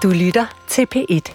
Du lytter til P1.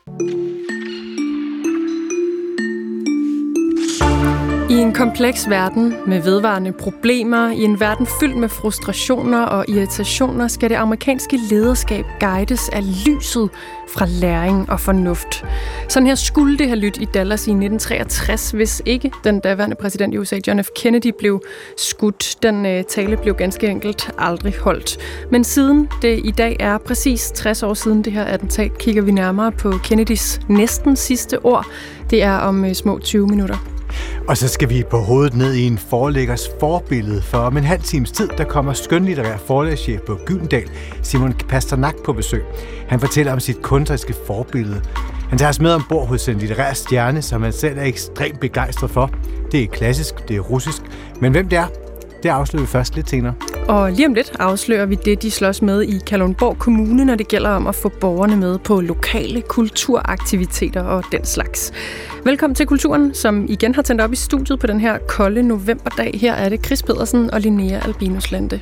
I en kompleks verden med vedvarende problemer, i en verden fyldt med frustrationer og irritationer, skal det amerikanske lederskab guides af lyset fra læring og fornuft. Sådan her skulle det have lyttet i Dallas i 1963, hvis ikke den daværende præsident i USA, John F. Kennedy, blev skudt. Den tale blev ganske enkelt aldrig holdt. Men siden det i dag er præcis 60 år siden det her attentat, kigger vi nærmere på Kennedys næsten sidste ord. Det er om små 20 minutter. Og så skal vi på hovedet ned i en forlæggers forbillede, for om en halv times tid, der kommer skønlitterær forlagschef på Gyldendal, Simon Pasternak, på besøg. Han fortæller om sit kunstneriske forbillede. Han tager os med ombord hos en litterær stjerne, som han selv er ekstremt begejstret for. Det er klassisk, det er russisk, men hvem det er, det afslører vi først lidt senere. Og lige om lidt afslører vi det, de slås med i Kalundborg Kommune, når det gælder om at få borgerne med på lokale kulturaktiviteter og den slags. Velkommen til Kulturen, som igen har tændt op i studiet på den her kolde novemberdag. Her er det Chris Pedersen og Linnea Albinus Lande.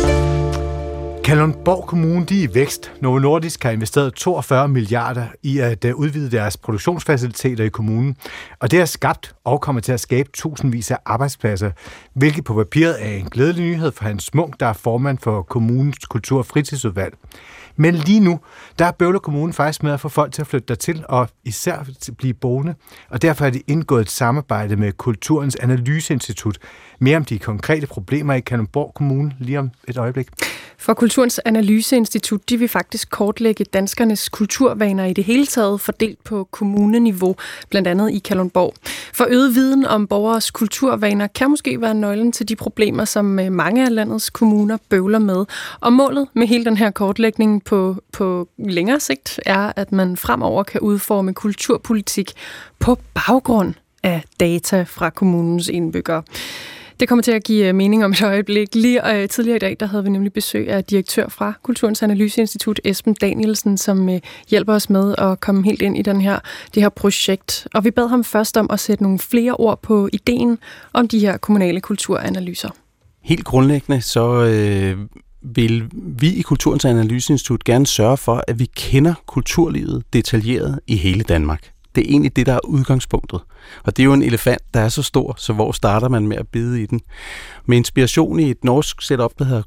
Kalundborg Kommune, de er i vækst. Novo Nordisk har investeret 42 milliarder i at udvide deres produktionsfaciliteter i kommunen. Og det har skabt og kommer til at skabe tusindvis af arbejdspladser, hvilket på papiret er en glædelig nyhed for Hans Munk, der er formand for kommunens kultur- og fritidsudvalg. Men lige nu, der bøvler kommunen faktisk med at få folk til at flytte dertil, og især til at blive boende. Og derfor har de indgået et samarbejde med Kulturens Analyseinstitut. Mere om de konkrete problemer i Kalundborg Kommune lige om et øjeblik. For Kulturens Analyseinstitut, de vil faktisk kortlægge danskernes kulturvaner i det hele taget, fordelt på kommuneniveau, blandt andet i Kalundborg. For øget viden om borgeres kulturvaner kan måske være nøglen til de problemer, som mange af landets kommuner bøvler med. Og målet med hele den her kortlægning på længere sigt er, at man fremover kan udforme kulturpolitik på baggrund af data fra kommunens indbyggere. Det kommer til at give mening om et øjeblik. Lige tidligere i dag, der havde vi nemlig besøg af direktør fra Kulturens Analyseinstitut, Esben Danielsen, som hjælper os med at komme helt ind i det her projekt. Og vi bad ham først om at sætte nogle flere ord på ideen om de her kommunale kulturanalyser. Helt grundlæggende så vil vi i Kulturens Analyseinstitut gerne sørge for, at vi kender kulturlivet detaljeret i hele Danmark. Det er egentlig det, der er udgangspunktet. Og det er jo en elefant, der er så stor, så hvor starter man med at bide i den? Med inspiration i et norsk setup, der hedder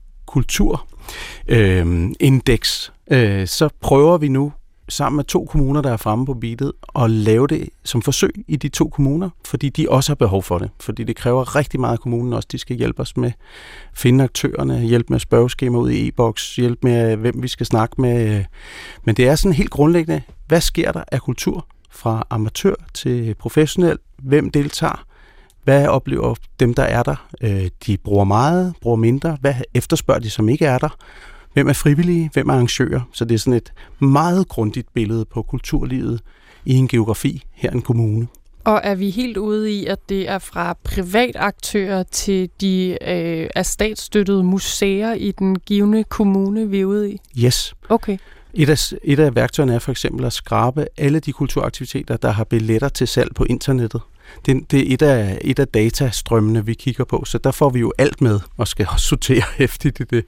Kulturindex, så prøver vi nu sammen med 2 kommuner, der er fremme på beatet, at lave det som forsøg i de 2 kommuner, fordi de også har behov for det. Fordi det kræver rigtig meget af kommunen også. De skal hjælpe os med at finde aktørerne, hjælpe med spørgeskema ud i e-boks, hjælpe med, hvem vi skal snakke med. Men det er sådan helt grundlæggende, hvad sker der af kultur? Fra amatør til professionel. Hvem deltager? Hvad oplever dem, der er der? De bruger meget, bruger mindre. Hvad efterspørger de, som ikke er der? Hvem er frivillige? Hvem er arrangører? Så det er sådan et meget grundigt billede på kulturlivet i en geografi her i en kommune. Og er vi helt ude i, at det er fra privataktører til de af statsstøttede museer i den givne kommune, vi er ude i? Yes. Okay. Et af værktøjerne er for eksempel at skrabe alle de kulturaktiviteter, der har billetter til salg på internettet. Det er et af datastrømmene, vi kigger på, så der får vi jo alt med og skal også sortere hæftigt i det.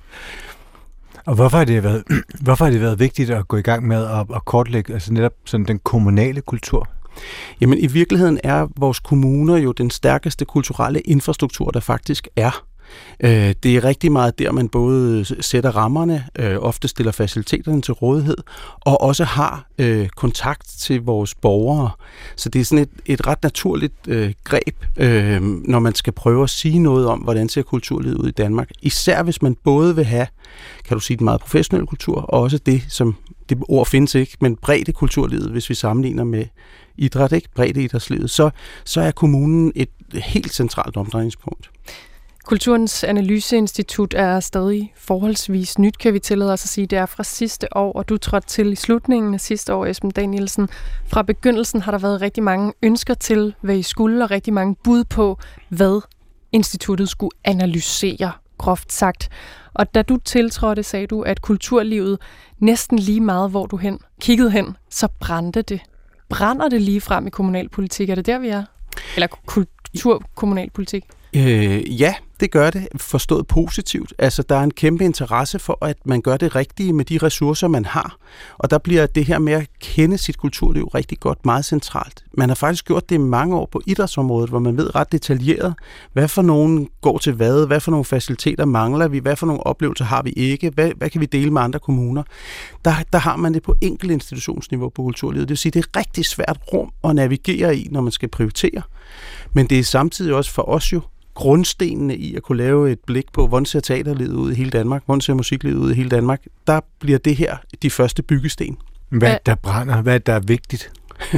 Og hvorfor har det været vigtigt at gå i gang med at kortlægge altså netop sådan den kommunale kultur? Jamen i virkeligheden er vores kommuner jo den stærkeste kulturelle infrastruktur, der faktisk er. Det er rigtig meget der, man både sætter rammerne, ofte stiller faciliteterne til rådighed, og også har kontakt til vores borgere. Så det er sådan et ret naturligt greb, når man skal prøve at sige noget om, hvordan ser kulturlivet ud i Danmark. Især hvis man både vil have, kan du sige, den meget professionelle kultur, og også det, som det ord findes ikke, men bredde kulturlivet, hvis vi sammenligner med idræt, ikke bredde idrætslivet, så er kommunen et helt centralt omdrejningspunkt. Kulturens Analyseinstitut er stadig forholdsvis nyt, kan vi tillade os at sige. Det er fra sidste år, og du trådte til i slutningen af sidste år, Esben Danielsen. Fra begyndelsen har der været rigtig mange ønsker til, hvad I skulle, og rigtig mange bud på, hvad instituttet skulle analysere, groft sagt. Og da du tiltrådte, sagde du, at kulturlivet næsten lige meget, hvor du kiggede hen, så brændte det. Brænder det lige frem i kommunalpolitik? Er det der, vi er? Eller kulturkommunalpolitik? Ja, det gør det, forstået positivt. Altså, der er en kæmpe interesse for, at man gør det rigtige med de ressourcer, man har. Og der bliver det her med at kende sit kulturliv rigtig godt meget centralt. Man har faktisk gjort det i mange år på idrætsområdet, hvor man ved ret detaljeret, hvad for nogen går til hvad for nogle faciliteter mangler vi, hvad for nogle oplevelser har vi ikke, hvad kan vi dele med andre kommuner. Der har man det på enkelt institutionsniveau på kulturlivet. Det vil sige, det er rigtig svært rum at navigere i, når man skal prioritere. Men det er samtidig også for os jo grundstenene i at kunne lave et blik på, hvordan ser teaterlivet ud i hele Danmark, hvordan ser musiklivet ud i hele Danmark. Der bliver det her de første byggesten. Hvad der brænder? Hvad der er vigtigt?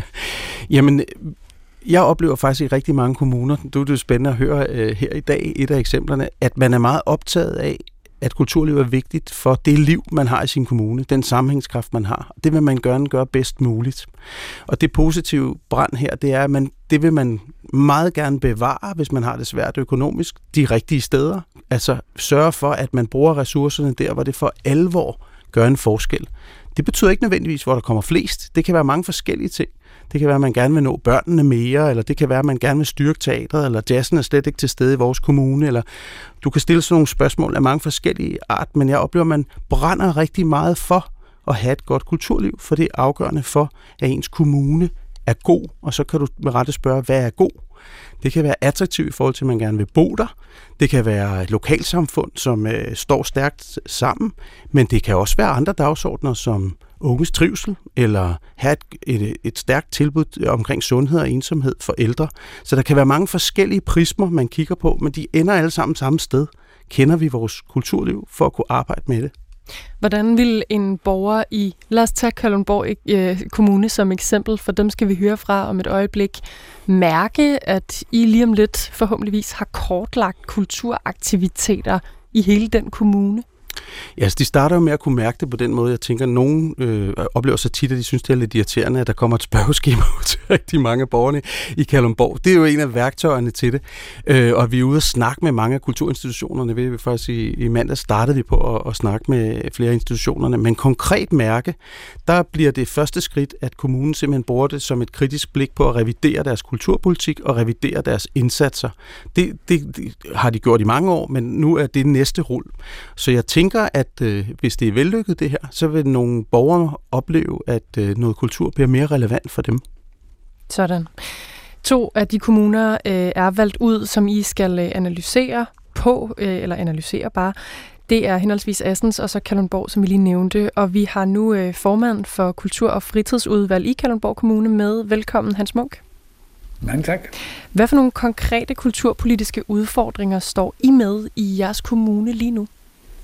Jamen, jeg oplever faktisk i rigtig mange kommuner, det er spændende at høre her i dag, et af eksemplerne, at man er meget optaget af, at kulturliv er vigtigt for det liv, man har i sin kommune, den sammenhængskraft, man har. Det vil man gerne gøre bedst muligt. Og det positive brand her, det er, at det vil man meget gerne bevare, hvis man har det svært økonomisk, de rigtige steder. Altså sørge for, at man bruger ressourcerne der, hvor det for alvor gør en forskel. Det betyder ikke nødvendigvis, hvor der kommer flest. Det kan være mange forskellige ting. Det kan være, at man gerne vil nå børnene mere, eller det kan være, at man gerne vil styrke teatret, eller jazzen er slet ikke til stede i vores kommune, eller du kan stille sådan nogle spørgsmål af mange forskellige art, men jeg oplever, at man brænder rigtig meget for at have et godt kulturliv, for det er afgørende for, at ens kommune er god, og så kan du med rette spørge, hvad er god? Det kan være attraktivt i forhold til, at man gerne vil bo der. Det kan være et lokalsamfund, som står stærkt sammen, men det kan også være andre dagsordner, som unges trivsel, eller have et stærkt tilbud omkring sundhed og ensomhed for ældre. Så der kan være mange forskellige prismer, man kigger på, men de ender alle sammen samme sted. Kender vi vores kulturliv for at kunne arbejde med det? Hvordan vil en borger i, lad os tage Kalundborg Kommune som eksempel, for dem skal vi høre fra om et øjeblik, mærke, at I lige om lidt forhåbentligvis har kortlagt kulturaktiviteter i hele den kommune? Ja, altså de starter jo med at kunne mærke det på den måde. Jeg tænker, at nogen oplever så tit, at de synes, det er lidt irriterende, at der kommer et spørgeskema til rigtig mange borgerne i Kalundborg. Det er jo en af værktøjerne til det. Og vi er ude og snakke med mange af kulturinstitutionerne. Vi faktisk i mandag startede vi på at snakke med flere af institutionerne. Men konkret mærke, der bliver det første skridt, at kommunen simpelthen bruger det som et kritisk blik på at revidere deres kulturpolitik og revidere deres indsatser. Det har de gjort i mange år, men nu er det næste rul. Så jeg tænker, at hvis det er vellykket det her, så vil nogle borgere opleve, at noget kultur bliver mere relevant for dem. Sådan. 2 af de kommuner er valgt ud, som I skal analysere på, eller analysere bare. Det er henholdsvis Assens og så Kalundborg, som vi lige nævnte. Og vi har nu formand for Kultur- og Fritidsudvalg i Kalundborg Kommune med. Velkommen, Hans Munk. Mange tak. Hvad for nogle konkrete kulturpolitiske udfordringer står I med i jeres kommune lige nu?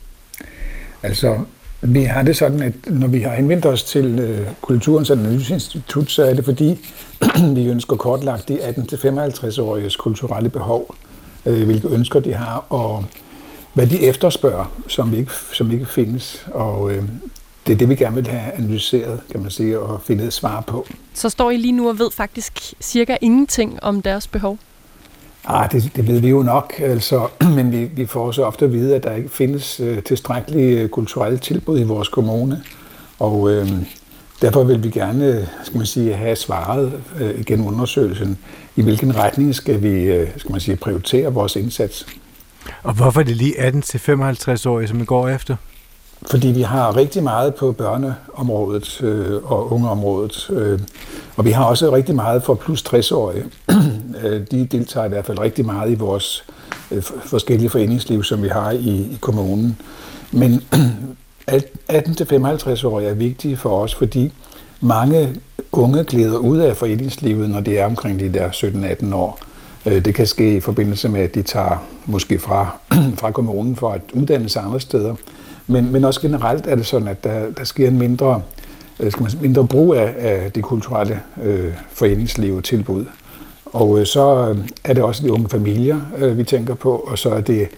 Altså, vi har det sådan, at når vi har henvendt os til Kulturens Analyseinstitut, så er det fordi, vi ønsker kortlagt de 18-55-åriges kulturelle behov, hvilke ønsker de har, og hvad de efterspørger, som ikke findes. Og det er det, vi gerne vil have analyseret, kan man sige, og finde et svar på. Så står I lige nu og ved faktisk cirka ingenting om deres behov? Det ved vi jo nok, altså, men vi får også ofte at vide, at der ikke findes tilstrækkelige kulturelle tilbud i vores kommune, og derfor vil vi gerne, have svaret gennem undersøgelsen, i hvilken retning skal vi, prioritere vores indsats. Og hvorfor er det lige 18-55-årige, som vi går efter? Fordi vi har rigtig meget på børneområdet og ungeområdet, og vi har også rigtig meget for plus 60-årige. De deltager i hvert fald rigtig meget i vores forskellige foreningsliv, som vi har i kommunen. Men 18-55-årige er vigtige for os, fordi mange unge glider ud af foreningslivet, når de er omkring de der 17-18 år. Det kan ske i forbindelse med, at de tager måske fra kommunen for at uddanne sig andre steder. Men også generelt er det sådan, at der sker en mindre brug af det kulturelle foreningsliv og tilbud. Og så er det også de unge familier, vi tænker på, og så er det,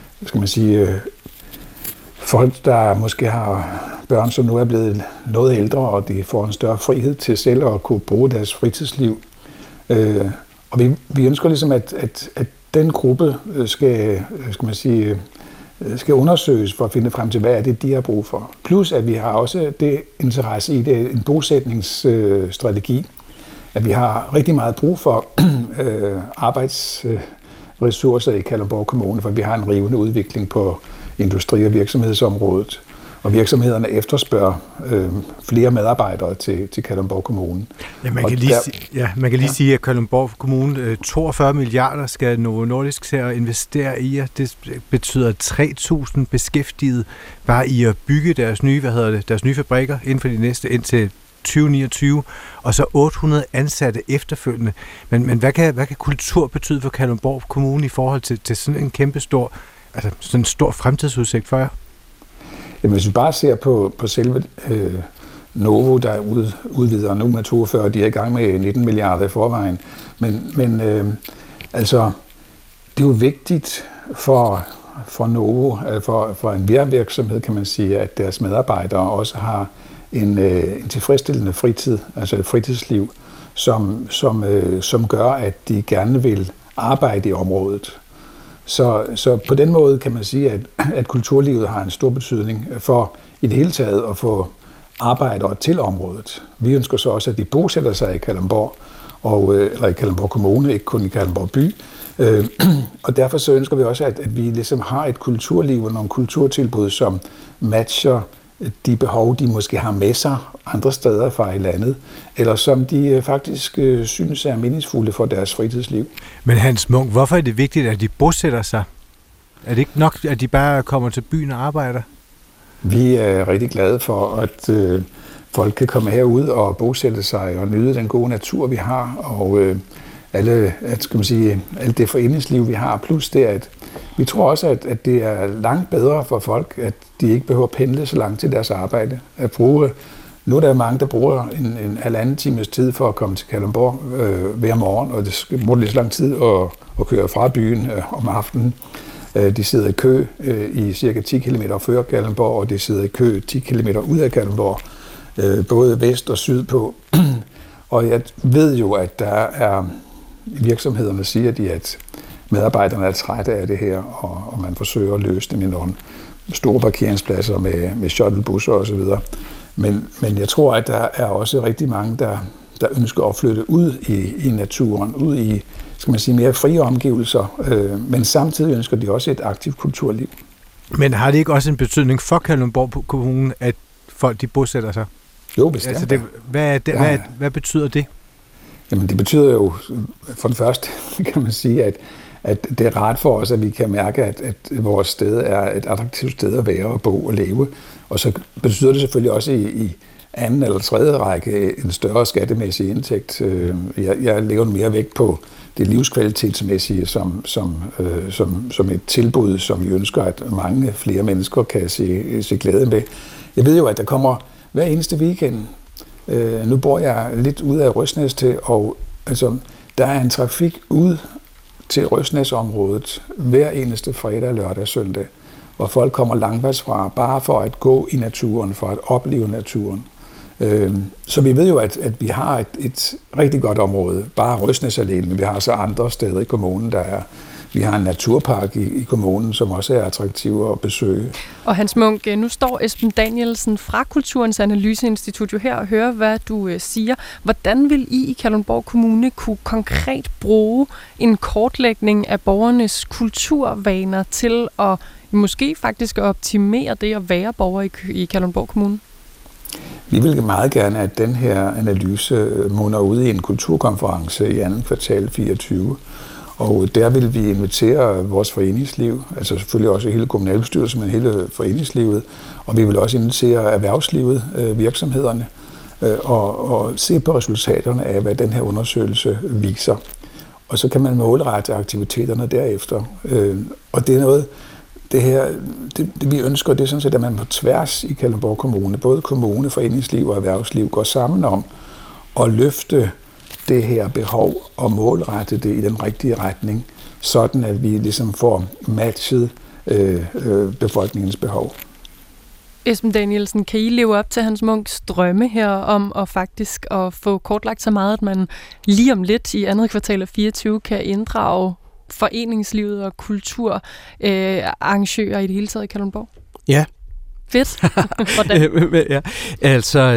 folk, der måske har børn, som nu er blevet noget ældre, og de får en større frihed til selv at kunne bruge deres fritidsliv. Og vi ønsker ligesom, at den gruppe skal undersøges for at finde frem til, hvad er det, de har brug for. Plus, at vi har også det interesse i det, en bosætningsstrategi, at vi har rigtig meget brug for ressourcer i Kalundborg Kommune, for vi har en rivende udvikling på industri- og virksomhedsområdet. Og virksomhederne efterspørger flere medarbejdere til Kalundborg Kommune. Ja, man kan lige sige, at Kalundborg Kommune 42 milliarder skal Novo Nordisk til at investere i, og det betyder 3.000 beskæftigede bare i at bygge deres nye fabrikker inden for de næste indtil 2029, og så 800 ansatte efterfølgende. Men hvad kan kultur betyde for Kalundborg Kommune i forhold til sådan en kæmpe stor, altså sådan en stor fremtidsudsigt for jer? Jamen, hvis vi bare ser på selve Novo, der udvider nu med 42, de er i gang med 19 milliarder i forvejen. Men altså, det er jo vigtigt for Novo, for en virksomhed, kan man sige, at deres medarbejdere også har en tilfredsstillende fritid, altså et fritidsliv, som gør, at de gerne vil arbejde i området. Så på den måde kan man sige, at kulturlivet har en stor betydning for i det hele taget at få arbejdere til området. Vi ønsker så også, at de bosætter sig i Kalundborg, eller i Kalundborg Kommune, ikke kun i Kalundborg by. Og derfor så ønsker vi også, at vi ligesom har et kulturliv og nogle kulturtilbud, som matcher de behov, de måske har med sig andre steder fra i landet, eller som de faktisk synes er meningsfulde for deres fritidsliv. Men Hans Munk, hvorfor er det vigtigt, at de bosætter sig? Er det ikke nok, at de bare kommer til byen og arbejder? Vi er rigtig glade for, at folk kan komme herud og bosætte sig og nyde den gode natur, vi har, og alt det foreningsliv, vi har, plus det, at vi tror også, at det er langt bedre for folk, at de ikke behøver at pendle så langt til deres arbejde. Nu er der mange, der bruger en halvanden times tid for at komme til Kalundborg hver morgen, og det bruger lidt så lang tid at køre fra byen om aftenen. De sidder i kø i cirka 10 km før Kalundborg, og de sidder i kø 10 km ud af Kalundborg, både vest og syd på. Og jeg ved jo, at der er virksomhederne, siger de, at medarbejderne er trætte af det her, og man forsøger at løse det med nogle store parkeringspladser med shuttlebusser osv. Men jeg tror, at der er også rigtig mange, der ønsker at flytte ud i naturen, ud i, skal man sige, mere frie omgivelser, men samtidig ønsker de også et aktivt kulturliv. Men har det ikke også en betydning for Kalundborg Kommune, at folk de bosætter sig? Jo, bestemt. Altså hvad betyder det? Jamen det betyder jo for det første, kan man sige, at det er rart for os, at vi kan mærke, at vores sted er et attraktivt sted at være og bo og leve. Og så betyder det selvfølgelig også i anden eller tredje række en større skattemæssig indtægt. Jeg lægger mere vægt på det livskvalitetsmæssige som et tilbud, som vi ønsker, at mange flere mennesker kan se glæde med. Jeg ved jo, at der kommer hver eneste weekend. Nu bor jeg lidt ude af Røsnæs til, og altså, der er en trafik ud til Røsnæsområdet hver eneste fredag, lørdag og søndag, hvor folk kommer langvejs fra, bare for at gå i naturen, for at opleve naturen. Så vi ved jo, at vi har et rigtig godt område, bare Røsnæs alene, men vi har så andre steder i kommunen, vi har en naturpark i kommunen, som også er attraktiv at besøge. Og Hans Munk, nu står Esben Danielsen fra Kulturens Analyseinstitut jo her og hører, hvad du siger. Hvordan vil I i Kalundborg Kommune kunne konkret bruge en kortlægning af borgernes kulturvaner til at måske faktisk optimere det at være borger i Kalundborg Kommune? Vi vil meget gerne, at den her analyse munder ud i en kulturkonference i andet kvartal 24. Og der vil vi invitere vores foreningsliv, altså selvfølgelig også hele kommunalbestyrelsen, men hele foreningslivet. Og vi vil også invitere erhvervslivet, virksomhederne, og se på resultaterne af, hvad den her undersøgelse viser. Og så kan man målrette aktiviteterne derefter. Og det er noget, det vi ønsker, det er sådan set, at man på tværs i Kalundborg Kommune, både kommune, foreningsliv og erhvervsliv, går sammen om at løfte det her behov og målrette det i den rigtige retning, sådan at vi ligesom får matchet befolkningens behov. Esben Danielsen, kan I leve op til Hans Munks drømme her om at faktisk at få kortlagt så meget, at man lige om lidt i andet kvartal af 24 kan inddrage foreningslivet og kulturarrangører i det hele taget i Kalundborg? Ja, Fedt. Hvordan? Ja, altså,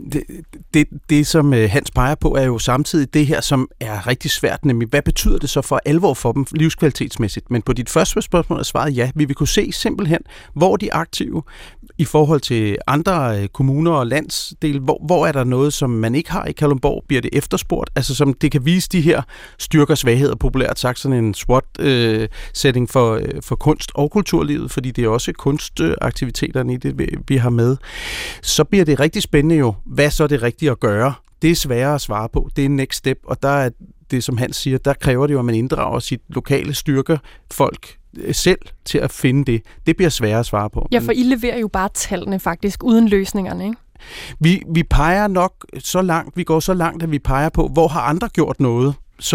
det som Hans peger på, er jo samtidig det her, som er rigtig svært, nemlig hvad betyder det så for alvor for dem livskvalitetsmæssigt? Men på dit første spørgsmål er svaret ja. Vi vil kunne se simpelthen, hvor de er aktive i forhold til andre kommuner og landsdele. Hvor er der noget, som man ikke har i Kalundborg, bliver det efterspurgt? Altså som det kan vise de her styrker og svagheder, populært sagt sådan en SWOT-setting for kunst og kulturlivet, fordi det er også kunstaktiviteterne i det, vi har med. Så bliver det rigtig spændende jo, hvad så er det rigtige at gøre? Det er sværere at svare på. Det er next step, og der er det, som han siger, der kræver det jo, at man inddrager sit lokale styrker, folk selv til at finde det. Det bliver sværere at svare på. Ja, for I leverer jo bare tallene faktisk, uden løsningerne, ikke? Vi peger nok så langt, vi går så langt, at vi peger på, hvor har andre gjort noget,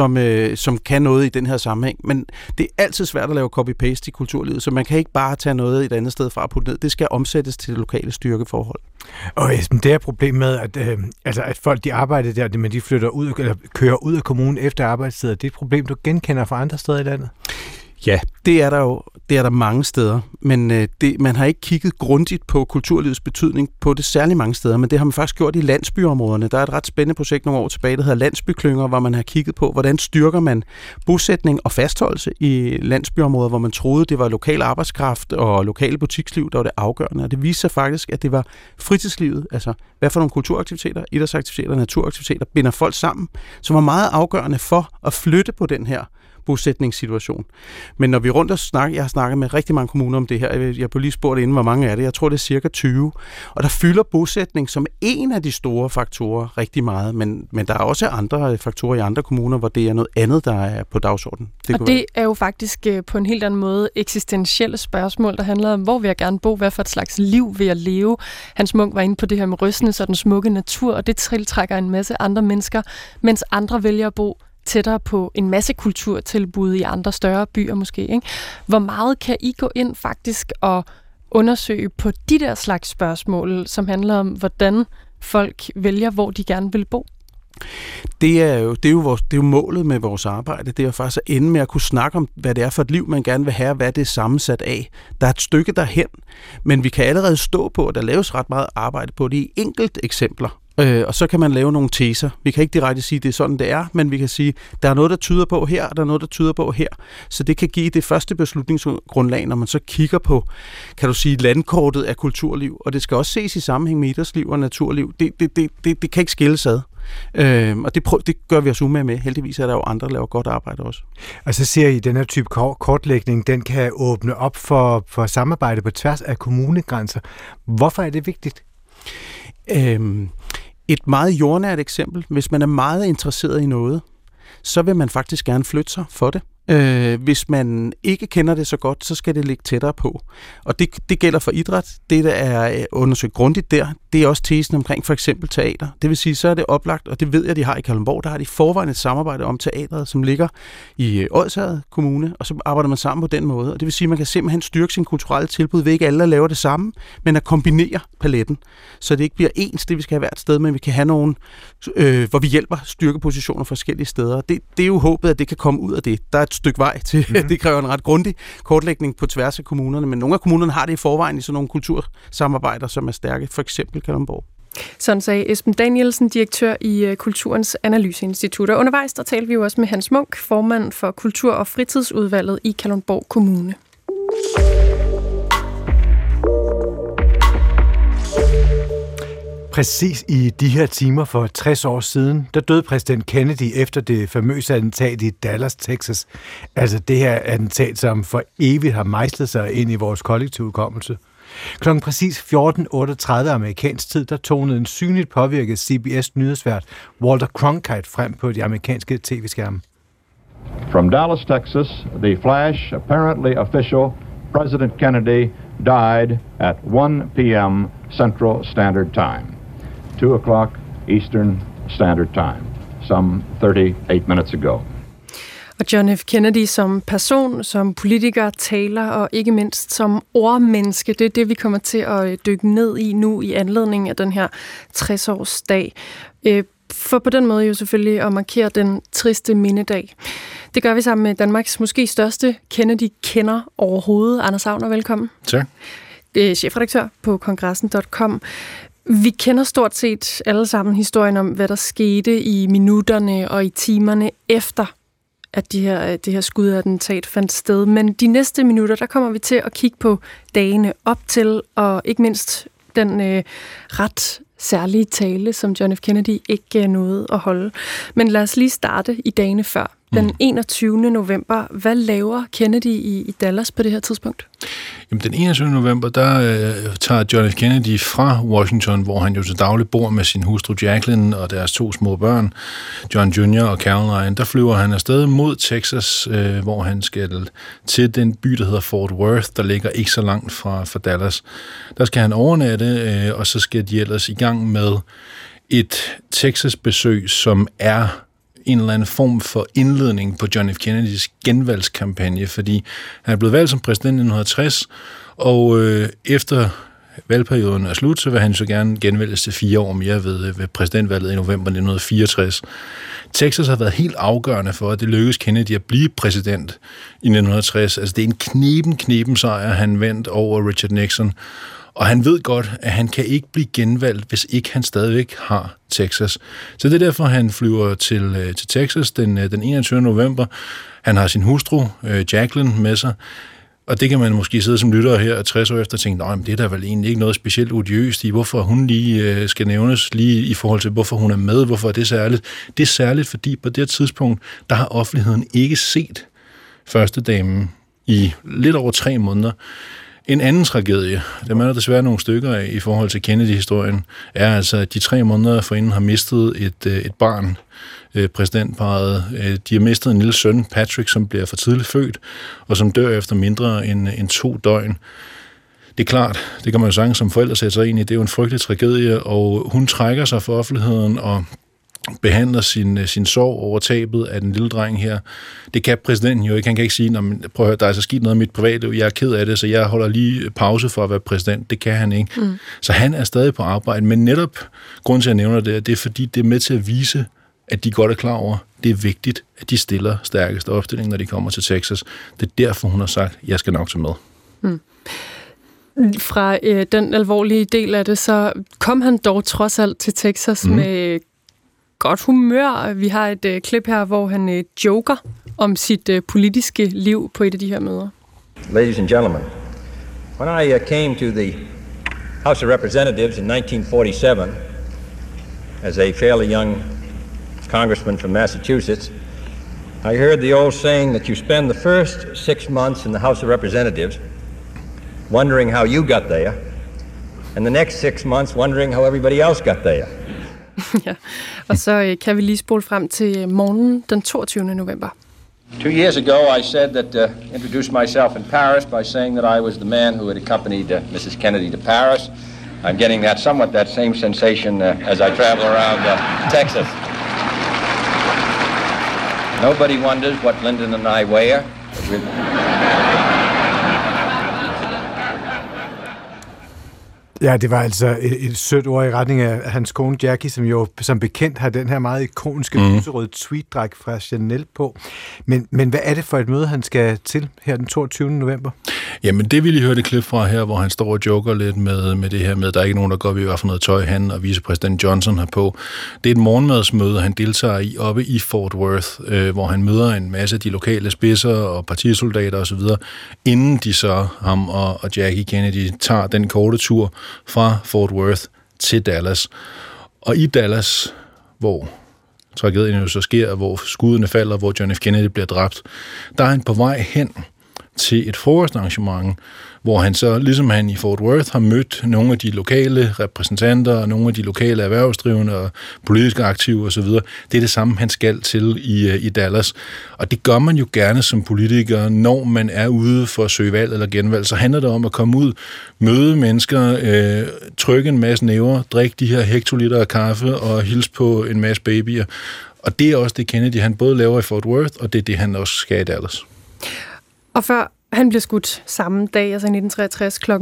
som kan noget i den her sammenhæng. Men det er altid svært at lave copy-paste i kulturlivet, så man kan ikke bare tage noget et andet sted fra og putte ned. Det skal omsættes til det lokale styrkeforhold. Og Esben, det er problemet med, at folk de arbejder der, men de flytter ud eller kører ud af kommunen efter arbejdstid. Det er et problem, du genkender fra andre steder i landet? Ja, det er der jo. Det er der mange steder, men man har ikke kigget grundigt på kulturlivets betydning på det særlig mange steder, men det har man faktisk gjort i landsbyområderne. Der er et ret spændende projekt nogle år tilbage, der hedder Landsbyklynger, hvor man har kigget på, hvordan styrker man bosætning og fastholdelse i landsbyområder, hvor man troede, det var lokal arbejdskraft og lokale butiksliv, der var det afgørende. Og det viste sig faktisk, at det var fritidslivet, altså hvad for nogle kulturaktiviteter, idrætsaktiviteter, naturaktiviteter, binder folk sammen, som var meget afgørende for at flytte på den her bosætningssituation. Men når vi rundt og snakker, jeg har snakket med rigtig mange kommuner om det her, jeg blev lige spurgt inden, hvor mange er det, jeg tror det er cirka 20, og der fylder bosætning som en af de store faktorer rigtig meget, men der er også andre faktorer i andre kommuner, hvor det er noget andet, der er på dagsordenen. Det er jo faktisk på en helt anden måde eksistentielle spørgsmål, der handler om, hvor vil jeg gerne bo, hvad for et slags liv vil jeg leve. Hans Munk var inde på det her med Røsnes og den smukke natur, og det tiltrækker en masse andre mennesker, mens andre vælger at bo tættere på en masse kulturtilbud i andre større byer måske, ikke? Hvor meget kan I gå ind faktisk og undersøge på de der slags spørgsmål, som handler om, hvordan folk vælger, hvor de gerne vil bo? Det er jo målet med vores arbejde. Det er jo faktisk at ende med at kunne snakke om, hvad det er for et liv, man gerne vil have, hvad det er sammensat af. Der er et stykke derhen, men vi kan allerede stå på, at der laves ret meget arbejde på det i enkelt eksempler. Og så kan man lave nogle teser. Vi kan ikke direkte sige, at det er sådan, det er, men vi kan sige, at der er noget, der tyder på her, og der er noget, der tyder på her. Så det kan give det første beslutningsgrundlag, når man så kigger på, kan du sige, landkortet af kulturliv. Og det skal også ses i sammenhæng med idrætsliv og naturliv. Det kan ikke skilles ad. Og det gør vi os umage med. Heldigvis er der jo andre, der laver godt arbejde også. Og så siger I, at den her type kortlægning, den kan åbne op for samarbejde på tværs af kommunegrænser. Hvorfor er det vigtigt? Et meget jordnært eksempel, hvis man er meget interesseret i noget, så vil man faktisk gerne flytte sig for det. Hvis man ikke kender det så godt, så skal det ligge tættere på. Og det gælder for idræt. Det, der er undersøgt grundigt der, det er også tesen omkring for eksempel teater. Det vil sige, så er det oplagt, og det ved jeg, de har i Kalundborg, der har de forvejen et samarbejde om teatret, som ligger i Odsherred Kommune, og så arbejder man sammen på den måde. Og det vil sige, at man kan simpelthen styrke sin kulturelle tilbud ved ikke alle at lave det samme, men at kombinere paletten, så det ikke bliver ens, det vi skal have hvert sted, men vi kan have nogen, hvor vi hjælper styrkepositioner forskellige steder. Det er jo håbet, at det kan komme ud af det. Der er et stykke vej til. Det kræver en ret grundig kortlægning på tværs af kommunerne, men nogle af kommunerne har det i forvejen i sådan nogle kultursamarbejder, som er stærke, for eksempel Kalundborg. Sådan sagde Esben Danielsen, direktør i Kulturens Analyseinstitut. Og undervejs der talte vi jo også med Hans Munk, formand for Kultur- og Fritidsudvalget i Kalundborg Kommune. Præcis i de her timer for 60 år siden, der døde præsident Kennedy efter det famøse attentat i Dallas, Texas. Altså det her attentat, som for evigt har mejslet sig ind i vores kollektive hukommelse. Klokken præcis 14.38 amerikansk tid, der tonede en synligt påvirket CBS-nyhedsvært Walter Cronkite frem på de amerikanske tv-skærme. From Dallas, Texas, the flash, apparently official, President Kennedy died at 1 p.m. Central Standard Time. 2 o'clock Eastern Standard Time, some 38 minutes ago. Og John F. Kennedy som person, som politiker, taler og ikke mindst som ordmenneske, det er det, vi kommer til at dykke ned i nu i anledning af den her 60-årsdag. For på den måde jo selvfølgelig at markere den triste mindedag. Det gør vi sammen med Danmarks måske største Kennedy-kender overhovedet. Anders Agner, velkommen. Tak. chefredaktør på kongressen.com. Vi kender stort set alle sammen historien om, hvad der skete i minutterne og i timerne efter, at det her skudattentat fandt sted. Men de næste minutter, der kommer vi til at kigge på dagene op til, og ikke mindst den ret særlige tale, som John F. Kennedy ikke nåede at holde. Men lad os lige starte i dagene før. Den 21. november. Hvad laver Kennedy i Dallas på det her tidspunkt? Jamen, den 21. november, der tager John F. Kennedy fra Washington, hvor han jo til daglig bor med sin hustru Jacqueline og deres 2 små børn, John Jr. og Caroline. Der flyver han afsted mod Texas, hvor han skal til den by, der hedder Fort Worth, der ligger ikke så langt fra Dallas. Der skal han overnatte, og så skal de ellers i gang med et Texas-besøg, som er en eller anden form for indledning på John F. Kennedys genvalgskampagne, fordi han er blevet valgt som præsident i 1960, og efter valgperioden er slut, så vil han så gerne genvælges til 4 år mere ved præsidentvalget i november 1964. Texas har været helt afgørende for, at det lykkedes Kennedy at blive præsident i 1960. Altså, det er en kneben sejr, han vandt over Richard Nixon. Og han ved godt, at han kan ikke blive genvalgt, hvis ikke han stadigvæk har Texas. Så det er derfor, han flyver til Texas den 21. november. Han har sin hustru, Jacqueline, med sig. Og det kan man måske sidde som lytter her 60 år efter og tænke, nej, men det er der vel egentlig ikke noget specielt odiøst i, hvorfor hun lige skal nævnes, lige i forhold til, hvorfor hun er med, hvorfor er det særligt. Det er særligt, fordi på det tidspunkt, der har offentligheden ikke set førstedamen i lidt over 3 måneder. En anden tragedie, dem er der desværre nogle stykker af i forhold til Kennedy-historien, er altså, at de 3 måneder forinden har mistet et barn, præsidentparret. De har mistet en lille søn, Patrick, som bliver for tidligt født, og som dør efter mindre end 2 døgn. Det er klart, det kan man jo sagtens som forældre sætte sig ind i, det er jo en frygtelig tragedie, og hun trækker sig for offentligheden og behandler sin sorg over tabet af den lille dreng her. Det kan præsidenten jo ikke. Han kan ikke sige, prøv at høre, der er altså sket noget i mit privatliv, jeg er ked af det, så jeg holder lige pause for at være præsident. Det kan han ikke. Så han er stadig på arbejde, men netop grund til at nævne det er fordi, det er med til at vise, at de godt er klar over, det er vigtigt, at de stiller stærkeste opstilling, når de kommer til Texas. Det er derfor, hun har sagt, jeg skal nok tage med. Fra den alvorlige del af det, så kom han dog trods alt til Texas med godt humør. Vi har et klip her, hvor han joker om sit politiske liv på et af de her møder. Ladies and gentlemen, when I came to the House of Representatives in 1947 as a fairly young congressman from Massachusetts, I heard the old saying that you spend the first 6 months in the House of Representatives wondering how you got there, and the next 6 months wondering how everybody else got there. Ja, og så kan vi lige spole frem til morgenen den 22. november. 2 years ago, I said that introduced myself in Paris by saying that I was the man who had accompanied Mrs. Kennedy to Paris. I'm getting that same sensation as I travel around Texas. Nobody wonders what Lyndon and I wear. Ja, det var altså et sødt ord i retning af hans kone Jackie, som jo som bekendt har den her meget ikoniske lyserøde tweeddragt fra Chanel på. Men hvad er det for et møde, han skal til her den 22. november? Jamen, det vi lige hørte et klip fra her, hvor han står og joker lidt med det her med, der er ikke nogen, der går ved, hvad for noget tøj han og vicepræsident Johnson har på. Det er et morgenmadsmøde, han deltager i oppe i Fort Worth, hvor han møder en masse af de lokale spidser og partisoldater osv., inden de så, ham og Jackie Kennedy, tager den korte tur fra Fort Worth til Dallas. Og i Dallas, hvor tragedien jo så sker, hvor skuddene falder, hvor John F. Kennedy bliver dræbt, der er han på vej hen til et frokostarrangement, hvor han så, ligesom han i Fort Worth, har mødt nogle af de lokale repræsentanter og nogle af de lokale erhvervsdrivende og politiske aktive osv. Det er det samme, han skal til i Dallas. Og det gør man jo gerne som politiker, når man er ude for at søge valg eller genvalg. Så handler det om at komme ud, møde mennesker, trykke en masse næver, drikke de her hektoliter af kaffe og hilse på en masse babyer. Og det er også det Kennedy, han både laver i Fort Worth, og det er det, han også skal i Dallas. Og før Han blev skudt samme dag, altså i 1963 kl.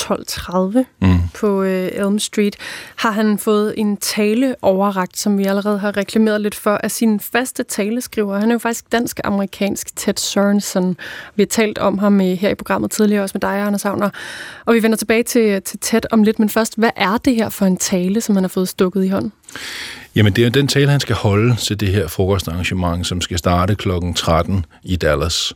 12:30 på Elm Street. Har han fået en tale overrakt, som vi allerede har reklameret lidt for, af sin faste taleskriver. Han er jo faktisk dansk-amerikansk Ted Sorensen. Vi har talt om ham her i programmet tidligere, også med dig, Anders Agner. Og vi vender tilbage til Ted om lidt, men først, hvad er det her for en tale, som han har fået stukket i hånden? Jamen, det er den tale, han skal holde til det her frokostarrangement, som skal starte kl. 13 i Dallas.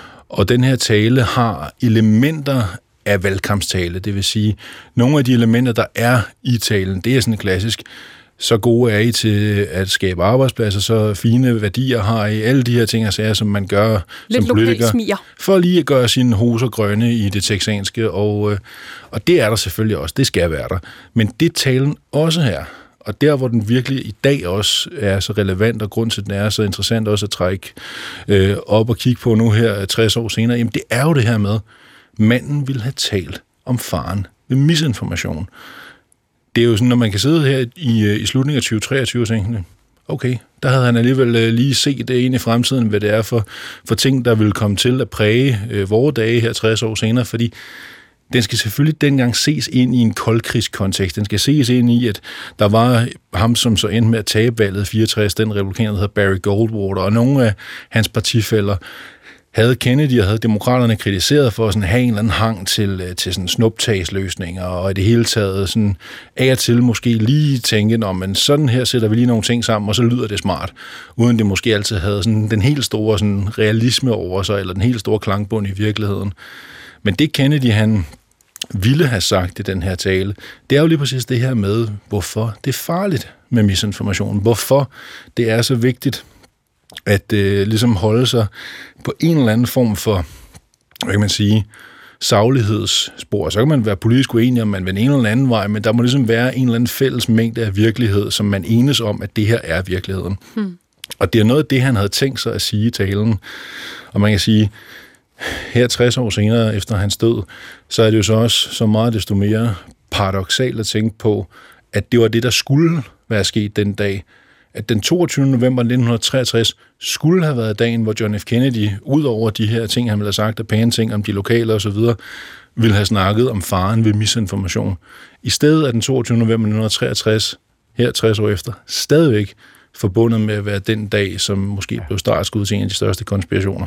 Og den her tale har elementer af valgkampstale, det vil sige, nogle af de elementer, der er i talen, det er sådan klassisk, så gode er I til at skabe arbejdspladser, så fine værdier har I, alle de her ting og sager, som man gør lidt som politiker, for lige at gøre sine hoser grønne i det texanske, og det er der selvfølgelig også, det skal være der. Men det talen også her, og der, hvor den virkelig i dag også er så relevant, og grund til, den er så interessant også at trække op og kigge på nu her 60 år senere, jamen det er jo det her med, manden ville have talt om faren ved misinformation. Det er jo sådan, når man kan sidde her i slutningen af 2023 og tænke, okay, der havde han alligevel lige set det ind i fremtiden, hvad det er for ting, der vil komme til at præge vore dage her 60 år senere, fordi den skal selvfølgelig dengang ses ind i en koldkrigskontekst. Den skal ses ind i, at der var ham, som så endte med at tabe valget 64, den republikaner, der hedder Barry Goldwater, og nogle af hans partifæller havde Kennedy og havde demokraterne kritiseret for at have en eller anden hang til sådan snuptagsløsninger, og i det hele taget sådan af og til måske lige tænke, men sådan her sætter vi lige nogle ting sammen, og så lyder det smart, uden det måske altid havde sådan den helt store sådan realisme over sig, eller den helt store klangbund i virkeligheden. Men det Kennedy, han ville have sagt i den her tale, det er jo lige præcis det her med, hvorfor det er farligt med misinformation. Hvorfor det er så vigtigt at ligesom holde sig på en eller anden form for, hvad kan man sige, saglighedsspor. Så kan man være politisk uenig, om man vil en eller anden vej, men der må ligesom være en eller anden fælles mængde af virkelighed, som man enes om, at det her er virkeligheden. Og det er noget af det, han havde tænkt sig at sige i talen. Og man kan sige, her 60 år senere efter hans død, så er det jo så også så meget desto mere paradoksalt at tænke på, at det var det, der skulle være sket den dag. At den 22. november 1963 skulle have været dagen, hvor John F. Kennedy, ud over de her ting, han ville have sagt, af pæne ting om de lokale osv., ville have snakket om faren ved misinformation. I stedet er den 22. november 1963, her 60 år efter, stadigvæk forbundet med at være den dag, som måske blev startskud til en af de største konspirationer.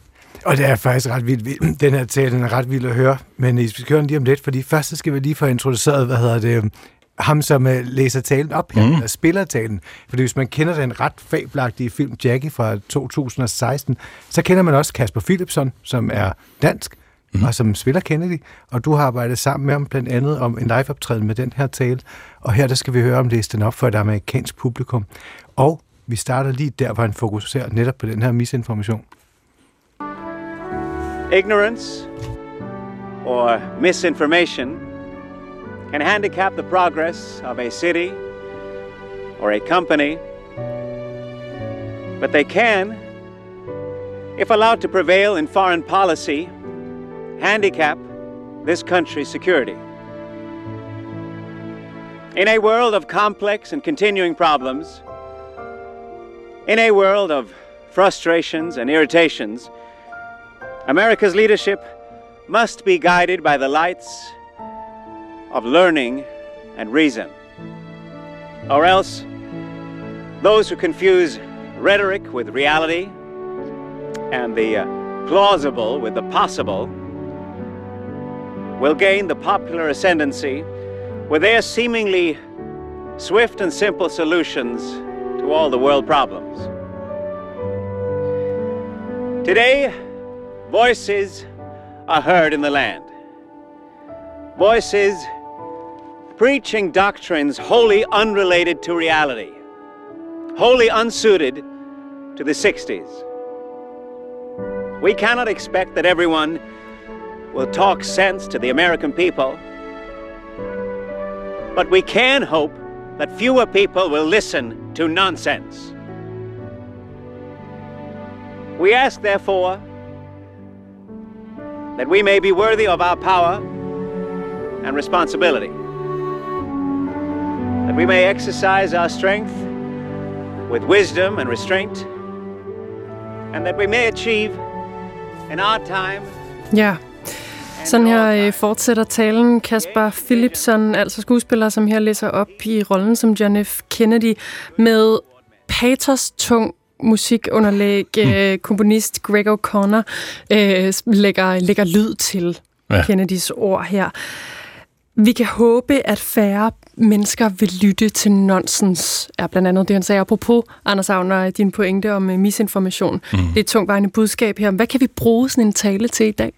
Og det er faktisk ret vildt. Den her tale, den er ret vild at høre, men vi skal høre den lige om lidt, fordi først skal vi lige få introduceret, ham, som læser talen op her, spiller talen. Fordi hvis man kender den ret fabelagtige film Jackie fra 2016, så kender man også Kasper Philipson, som er dansk, og som spiller Kennedy. Og du har arbejdet sammen med ham blandt andet om en liveoptræden med den her tale. Og her der skal vi høre om læse den op for et amerikansk publikum. Og vi starter lige der, hvor han fokuserer netop på den her misinformation. Ignorance or misinformation can handicap the progress of a city or a company, but they can, if allowed to prevail in foreign policy, handicap this country's security. In a world of complex and continuing problems, in a world of frustrations and irritations, America's leadership must be guided by the lights of learning and reason. Or else, those who confuse rhetoric with reality and the plausible with the possible will gain the popular ascendancy with their seemingly swift and simple solutions to all the world problems. Today, voices are heard in the land. Voices preaching doctrines wholly unrelated to reality, wholly unsuited to the 60s. We cannot expect that everyone will talk sense to the American people, but we can hope that fewer people will listen to nonsense. We ask, therefore, that we may be worthy of our power and responsibility, that we may exercise our strength with wisdom and restraint, and that we may achieve in our time Ja. Sådan her fortsætter talen Casper Philipson, altså skuespiller, som her læser op i rollen som John F. Kennedy, med patos-tung musikunderlæg. Komponist Greg O'Connor lægger lyd til Kennedys ord her. Vi kan håbe, at færre mennesker vil lytte til nonsens, er blandt andet det, han sagde. Apropos, Anders Agner, din pointe om misinformation. Det er et tungtvejende budskab her. Hvad kan vi bruge sådan en tale til i dag?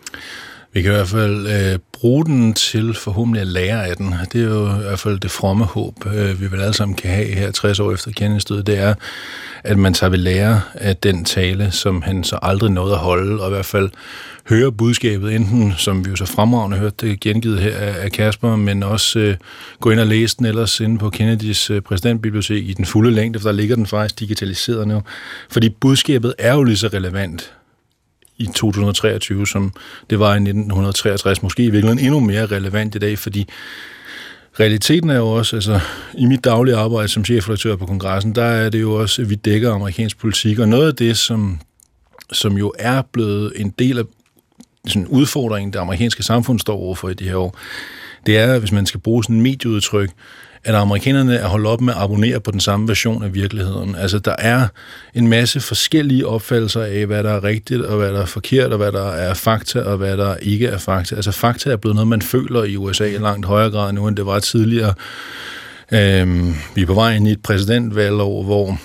Vi kan i hvert fald bruge den til forhåbentlig at lære af den. Det er jo i hvert fald det fromme håb, vi vel alle sammen kan have her 60 år efter Kennedys død. Det er, at man tager ved lære af den tale, som han så aldrig nåede at holde, og i hvert fald høre budskabet, enten som vi jo så fremragende hørte det gengivet her af Kasper, men også gå ind og læse den ellers inde på Kennedys præsidentbibliotek i den fulde længde, for der ligger den faktisk digitaliseret nu. Fordi budskabet er jo lige så relevant i 2023, som det var i 1963, måske i virkeligheden endnu mere relevant i dag, fordi realiteten er jo også, altså i mit daglige arbejde som chefredaktør på Kongressen, der er det jo også, at vi dækker amerikansk politik, og noget af det, som jo er blevet en del af sådan udfordringen, det amerikanske samfund står overfor i de her år, det er, hvis man skal bruge sådan en medieudtryk, at amerikanerne er holdt op med at abonnere på den samme version af virkeligheden. Altså, der er en masse forskellige opfattelser af, hvad der er rigtigt, og hvad der er forkert, og hvad der er fakta, og hvad der ikke er fakta. Altså, fakta er blevet noget, man føler i USA i langt højere grad nu, end det var tidligere. Vi er på vej ind i et præsidentvalgår, hvor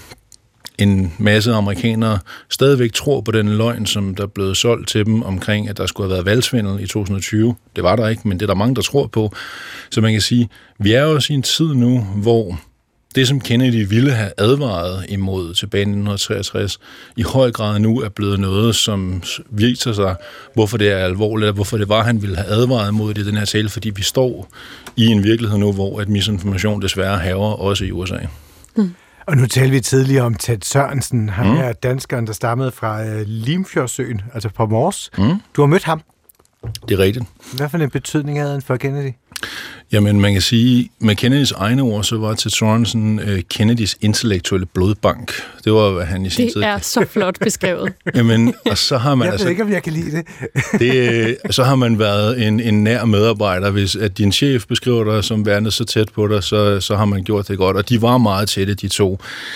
en masse amerikanere stadigvæk tror på den løgn, som der er blevet solgt til dem omkring, at der skulle have været valgsvindel i 2020. Det var der ikke, men det er der mange, der tror på. Så man kan sige, vi er også i en tid nu, hvor det, som Kennedy ville have advaret imod tilbage i 1963, i høj grad nu er blevet noget, som viser sig, hvorfor det er alvorligt, eller hvorfor det var, han ville have advaret imod det i den her tale, fordi vi står i en virkelighed nu, hvor at misinformation desværre hærger også i USA. Og nu talte vi tidligere om Ted Sørensen, ham er danskeren, der stammede fra Limfjordsøen, altså fra Mors. Du har mødt ham. Det er rigtigt. Hvad for en betydning havde han for Kennedy? Jamen, man kan sige, med Kennedys egne ord, så var Ted Sorensen Kennedys intellektuelle blodbank. Det var, hvad han i sin tid... Det er så flot beskrevet. Jamen, og så har man... Jeg ved ikke, om jeg kan lide det. Så har man været en nær medarbejder. Hvis at din chef beskriver dig som værende så tæt på dig, så har man gjort det godt. Og de var meget tætte, de to.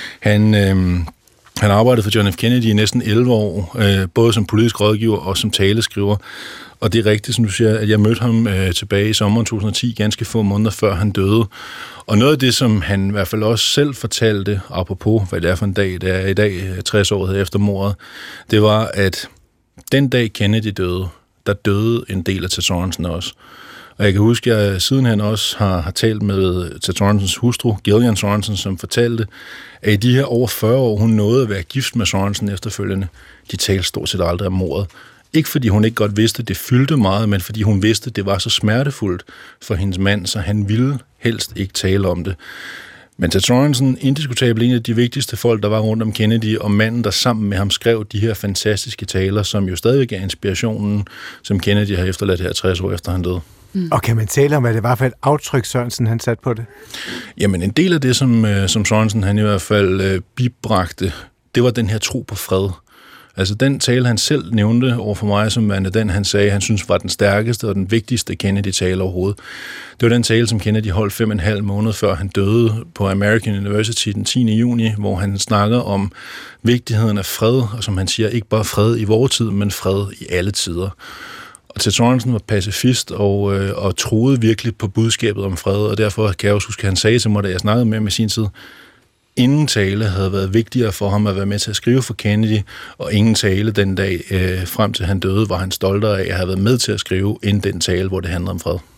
Han arbejdede for John F. Kennedy i næsten 11 år, både som politisk rådgiver og som taleskriver. Og det er rigtigt, som du siger, at jeg mødte ham tilbage i sommeren 2010, ganske få måneder før han døde. Og noget af det, som han i hvert fald også selv fortalte, apropos hvad det er for en dag, det er i dag, 60 år efter mordet, det var, at den dag Kennedy døde, der døde en del af Ted Sorensen også. Og jeg kan huske, at jeg sidenhen også har talt med Ted Sorensens hustru, Gillian Sorensen, som fortalte, at i de her over 40 år, hun nåede at være gift med Sorensen efterfølgende. De talte stort set aldrig om mordet. Ikke fordi hun ikke godt vidste, at det fyldte meget, men fordi hun vidste, at det var så smertefuldt for hendes mand, så han ville helst ikke tale om det. Men Ted Sorensen, indiskutabelt en af de vigtigste folk, der var rundt om Kennedy, og manden, der sammen med ham skrev de her fantastiske taler, som jo stadigvæk er inspirationen, som Kennedy har efterladt her 60 år efter han døde. Og kan man tale om, hvad det var for et aftryk, Sørensen han satte på det? Jamen, en del af det, som Sorensen han i hvert fald bibragte, det var den her tro på fred. Altså den tale, han selv nævnte over for mig, som værende den, han sagde, han synes var den stærkeste og den vigtigste Kennedy-tale overhovedet. Det var den tale, som Kennedy holdt 5,5 måneder før han døde på American University den 10. juni, hvor han snakker om vigtigheden af fred, og som han siger, ikke bare fred i vores tid, men fred i alle tider. Og Ted Sorensen var pacifist og troede virkelig på budskabet om fred, og derfor kan jeg også huske, at han sagde til mig, da jeg snakkede med ham i sin tid, ingen tale havde været vigtigere for ham at være med til at skrive for Kennedy, og ingen tale den dag frem til han døde, var han stoltere af at have været med til at skrive, end den tale, hvor det handler om fred.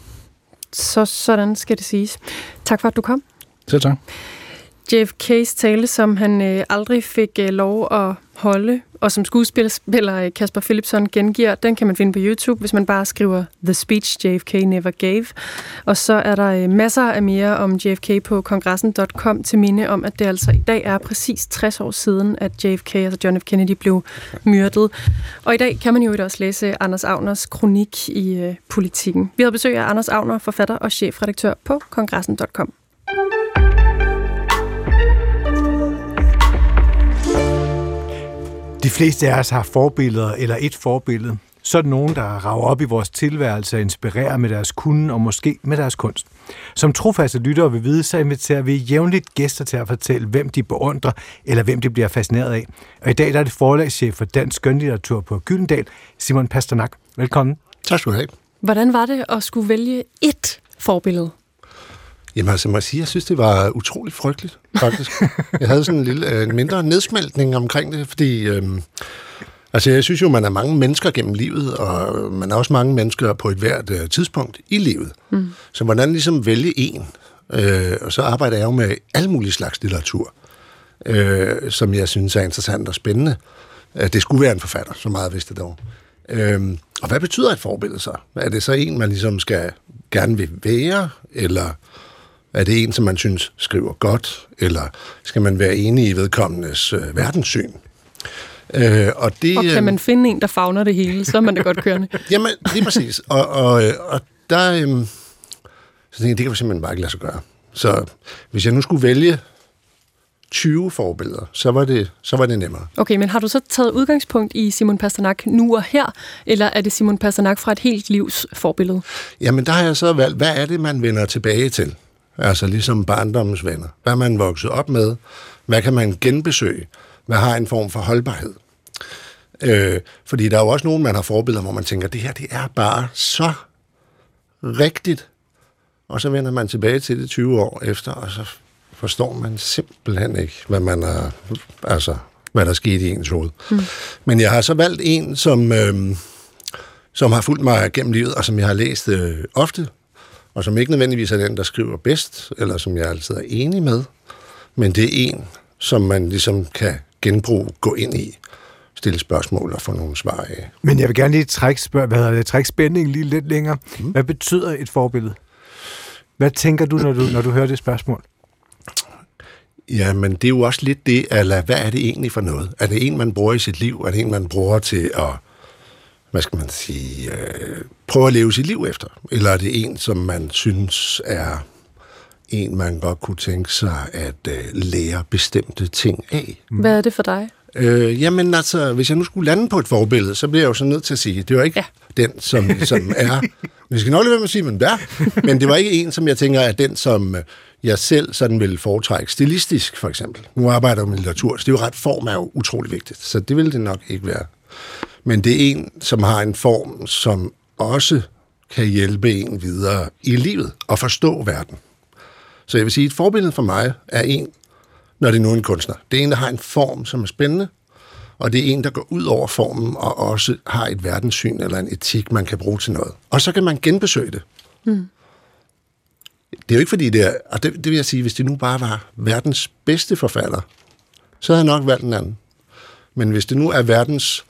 sådan skal det siges. Tak for, at du kom. Selv tak. JFK's tale, som han aldrig fik lov at holde, og som skuespiller Casper Philipson gengiver, den kan man finde på YouTube, hvis man bare skriver The Speech JFK Never Gave. Og så er der masser af mere om JFK på kongressen.com til minde om, at det altså i dag er præcis 60 år siden, at JFK, altså John F. Kennedy, blev myrdet. Og i dag kan man jo også læse Anders Agners kronik i Politikken. Vi har besøg af Anders Agner, forfatter og chefredaktør på kongressen.com. De fleste af os har forbilleder eller et forbillede. så er det nogen, der rager op i vores tilværelse og inspirerer med deres kunde og måske med deres kunst. Som trofaste lyttere vil vide, så inviterer vi jævnligt gæster til at fortælle, hvem de beundrer eller hvem de bliver fascineret af. Og i dag der er det forlagschef for Dansk Skønlitteratur på Gyldendal, Simon Pasternak. Velkommen. Tak skal du have. Hvordan var det at skulle vælge ét forbillede? Jamen altså, jeg synes, det var utroligt frygteligt, faktisk. Jeg havde sådan en mindre nedsmeltning omkring det, fordi jeg synes jo, man er mange mennesker gennem livet, og man er også mange mennesker på et hvert tidspunkt i livet. Mm. Så hvordan ligesom vælge en? Og så arbejder jeg jo med alle mulige slags litteratur, som jeg synes er interessant og spændende. Det skulle være en forfatter, så meget vidste det dog. Og hvad betyder et forbillede så? Er det så en, man ligesom gerne vil være, eller er det en, som man synes skriver godt, eller skal man være enig i vedkommendes verdenssyn? Og kan man finde en, der favner det hele, så er man da godt kørende. Jamen, lige præcis. Og der så tænkte jeg, det kan simpelthen bare ikke lade sig gøre. Så hvis jeg nu skulle vælge 20 forbilleder, så var det nemmere. Okay, men har du så taget udgangspunkt i Simon Pasternak nu og her, eller er det Simon Pasternak fra et helt livs forbillede? Jamen, der har jeg så valgt, hvad er det, man vender tilbage til? Altså ligesom barndommens venner. Hvad er man vokset op med? Hvad kan man genbesøge? Hvad har en form for holdbarhed? Fordi der er jo også nogen, man har forbilleder, hvor man tænker, det her, det er bare så rigtigt. Og så vender man tilbage til det 20 år efter, og så forstår man simpelthen ikke, hvad der skete i ens hoved. Mm. Men jeg har så valgt en, som har fulgt mig gennem livet, og som jeg har læst ofte, og som ikke nødvendigvis er den, der skriver bedst, eller som jeg altid er enig med, men det er en, som man ligesom kan genbruge, gå ind i, stille spørgsmål og få nogle svar af. Men jeg vil gerne lige trække spændingen lige lidt længere. Hvad betyder et forbillede? Hvad tænker du, når du hører det spørgsmål? Ja, men det er jo også lidt det, hvad er det egentlig for noget? Er det en, man bruger i sit liv? Er det en, man bruger til at, prøve at leve sit liv efter? Eller er det en, som man synes er en, man godt kunne tænke sig at lære bestemte ting af? Hvad er det for dig? Jamen altså, hvis jeg nu skulle lande på et forbillede, så bliver jeg jo så nødt til at sige, det var ikke den, som er... Vi skal nok lade være med at sige, men der. Men det var ikke en, som jeg tænker er den, som jeg selv sådan ville foretrække. Stilistisk, for eksempel. Nu arbejder jeg med litteratur, så det er jo ret, form er jo utrolig vigtigt. Så det ville det nok ikke være. Men det er en, som har en form, som også kan hjælpe en videre i livet og forstå verden. Så jeg vil sige, et forbillede for mig er en, når det er nu en kunstner. Det er en, der har en form, som er spændende, og det er en, der går ud over formen og også har et verdenssyn eller en etik, man kan bruge til noget. Og så kan man genbesøge det. Mm. Det er jo ikke fordi, det er... Og det vil jeg sige, hvis det nu bare var verdens bedste forfatter, så havde jeg nok valgt en anden. Men hvis det nu er verdens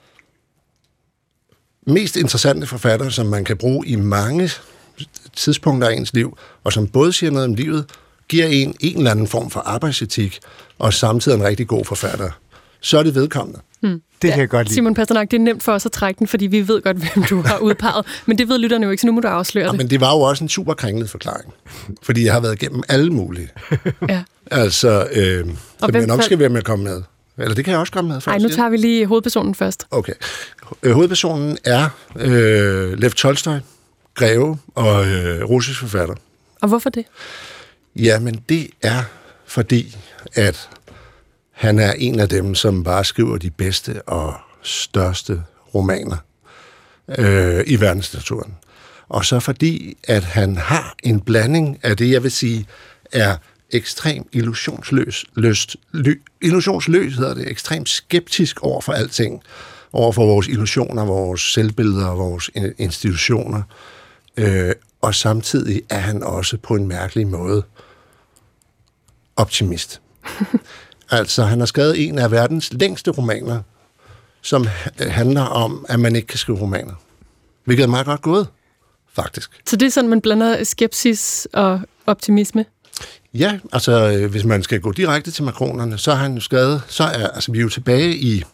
mest interessante forfatter, som man kan bruge i mange tidspunkter af ens liv, og som både siger noget om livet, giver en eller anden form for arbejdsetik, og samtidig en rigtig god forfatter, så er det vedkommende. Det kan jeg godt lide. Simon Pasternak, det er nemt for os at trække den, fordi vi ved godt, hvem du har udpeget. Men det ved lytterne jo ikke, så nu må du afsløre det. Men det var jo også en super kringlet forklaring. Fordi jeg har været igennem alle mulige. Ja. Altså, som jeg nok skal være med at komme med. Eller det kan jeg også komme med først. Nej, nu tager vi lige hovedpersonen først. Okay. Hovedpersonen er Lev Tolstoj, greve og russisk forfatter. Og hvorfor det? Jamen, det er fordi, at han er en af dem, som bare skriver de bedste og største romaner i verdenslitteraturen. Og så fordi, at han har en blanding af det, jeg vil sige, er ekstremt illusionsløs hedder det, ekstremt skeptisk over for alting, over for vores illusioner, vores selvbilleder og vores institutioner. Og samtidig er han også på en mærkelig måde optimist. Altså, han har skrevet en af verdens længste romaner, som handler om, at man ikke kan skrive romaner. Hvilket er meget godt gået, faktisk. Så det er sådan, man blander skepsis og optimisme? Ja, altså, hvis man skal gå direkte til makronerne, så har han jo skrevet, vi er jo tilbage i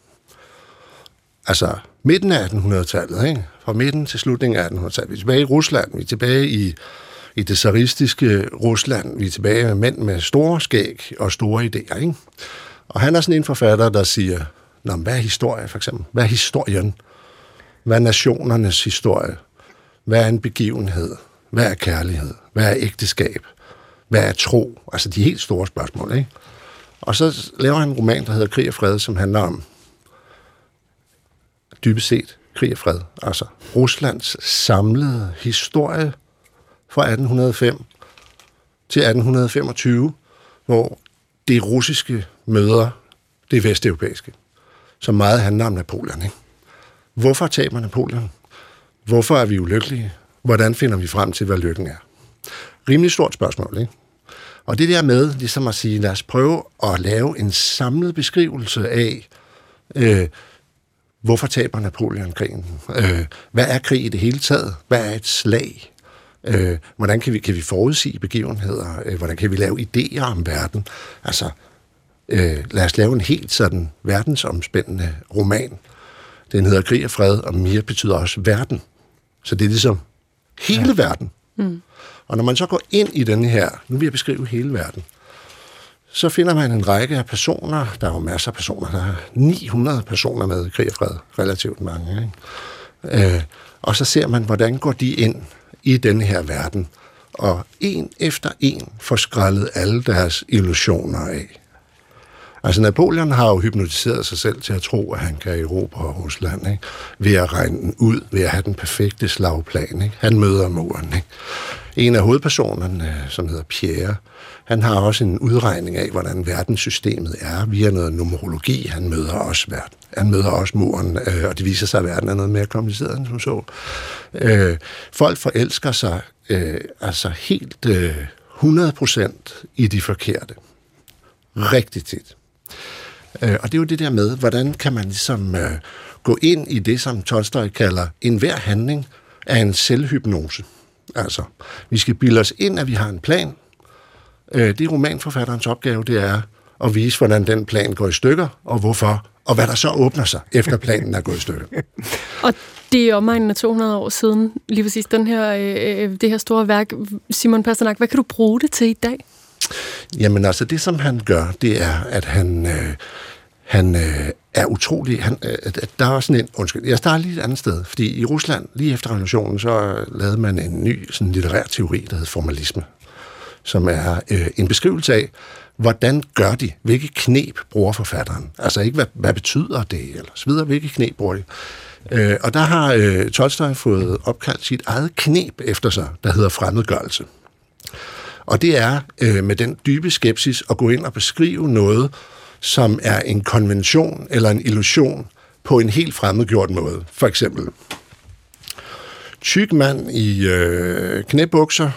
midten af 1800-tallet, ikke? Fra midten til slutningen af 1800-tallet. Vi er tilbage i Rusland, vi er tilbage i det tsaristiske Rusland, vi er tilbage med mænd med store skæg og store idéer, ikke? Og han er sådan en forfatter, der siger, hvad er historie, for eksempel? Hvad er historien? Hvad er nationernes historie? Hvad er en begivenhed? Hvad er kærlighed? Hvad er ægteskab? Hvad er tro? Altså de helt store spørgsmål, ikke? Og så laver han en roman, der hedder Krig og Fred, som handler om dybest set krig og fred. Altså Ruslands samlede historie fra 1805 til 1825, hvor det russiske møder det vesteuropæiske, som meget handler om Napoleon, ikke? Hvorfor taber Napoleon? Hvorfor er vi ulykkelige? Hvordan finder vi frem til, hvad lykken er? Rimelig stort spørgsmål, ikke? Og det der med, ligesom at sige, lad os prøve at lave en samlet beskrivelse af, hvorfor taber Napoleon krigen? Hvad er krig i det hele taget? Hvad er et slag? Hvordan kan vi forudsige begivenheder? Hvordan kan vi lave idéer om verden? Altså, lad os lave en helt sådan verdensomspændende roman. Den hedder Krig og Fred, og Mir betyder også verden. Så det er ligesom hele verden. Mm. Og når man så går ind i den her, nu vil jeg beskrive hele verden, så finder man en række af personer, der er jo masser af personer, der er 900 personer med i Krig og Fred, relativt mange, ikke? Og så ser man, hvordan går de ind i den her verden, og en efter en får skrællet alle deres illusioner af. Altså Napoleon har jo hypnotiseret sig selv til at tro, at han kan erobre Rusland, ikke? Ved at regne den ud, ved at have den perfekte slagplan, ikke? Han møder muren, ikke? En af hovedpersonerne, som hedder Pierre, han har også en udregning af, hvordan verdenssystemet er via noget numerologi. Han møder også verden. Han møder også muren, og det viser sig, at verden er noget mere kompliceret end som så. Folk forelsker sig altså helt 100% i de forkerte. Rigtig tit. Og det er jo det der med, hvordan kan man ligesom gå ind i det, som Tolstoj kalder enhver handling af en selvhypnose. Altså, vi skal bilde os ind, at vi har en plan. Det er romanforfatterens opgave, det er at vise, hvordan den plan går i stykker, og hvorfor, og hvad der så åbner sig, efter planen er gået i stykker. Og det er omegnen af 200 år siden, lige præcis det her store værk. Simon Pasternak, hvad kan du bruge det til i dag? Jamen altså, det som han gør, det er, at han er utrolig. Der er sådan en, jeg starter lige et andet sted, fordi i Rusland, lige efter revolutionen, så lavede man en ny sådan litterær teori, der hed formalisme, som er en beskrivelse af, hvordan gør de, hvilke kneb bruger forfatteren. Altså ikke, hvad betyder det, eller så videre, hvilke kneb bruger de. Og der har Tolstoj fået opkaldt sit eget kneb efter sig, der hedder fremmedgørelse. Og det er med den dybe skepsis at gå ind og beskrive noget, som er en konvention eller en illusion på en helt fremmedgjort måde. For eksempel, tyk mand i knæbukser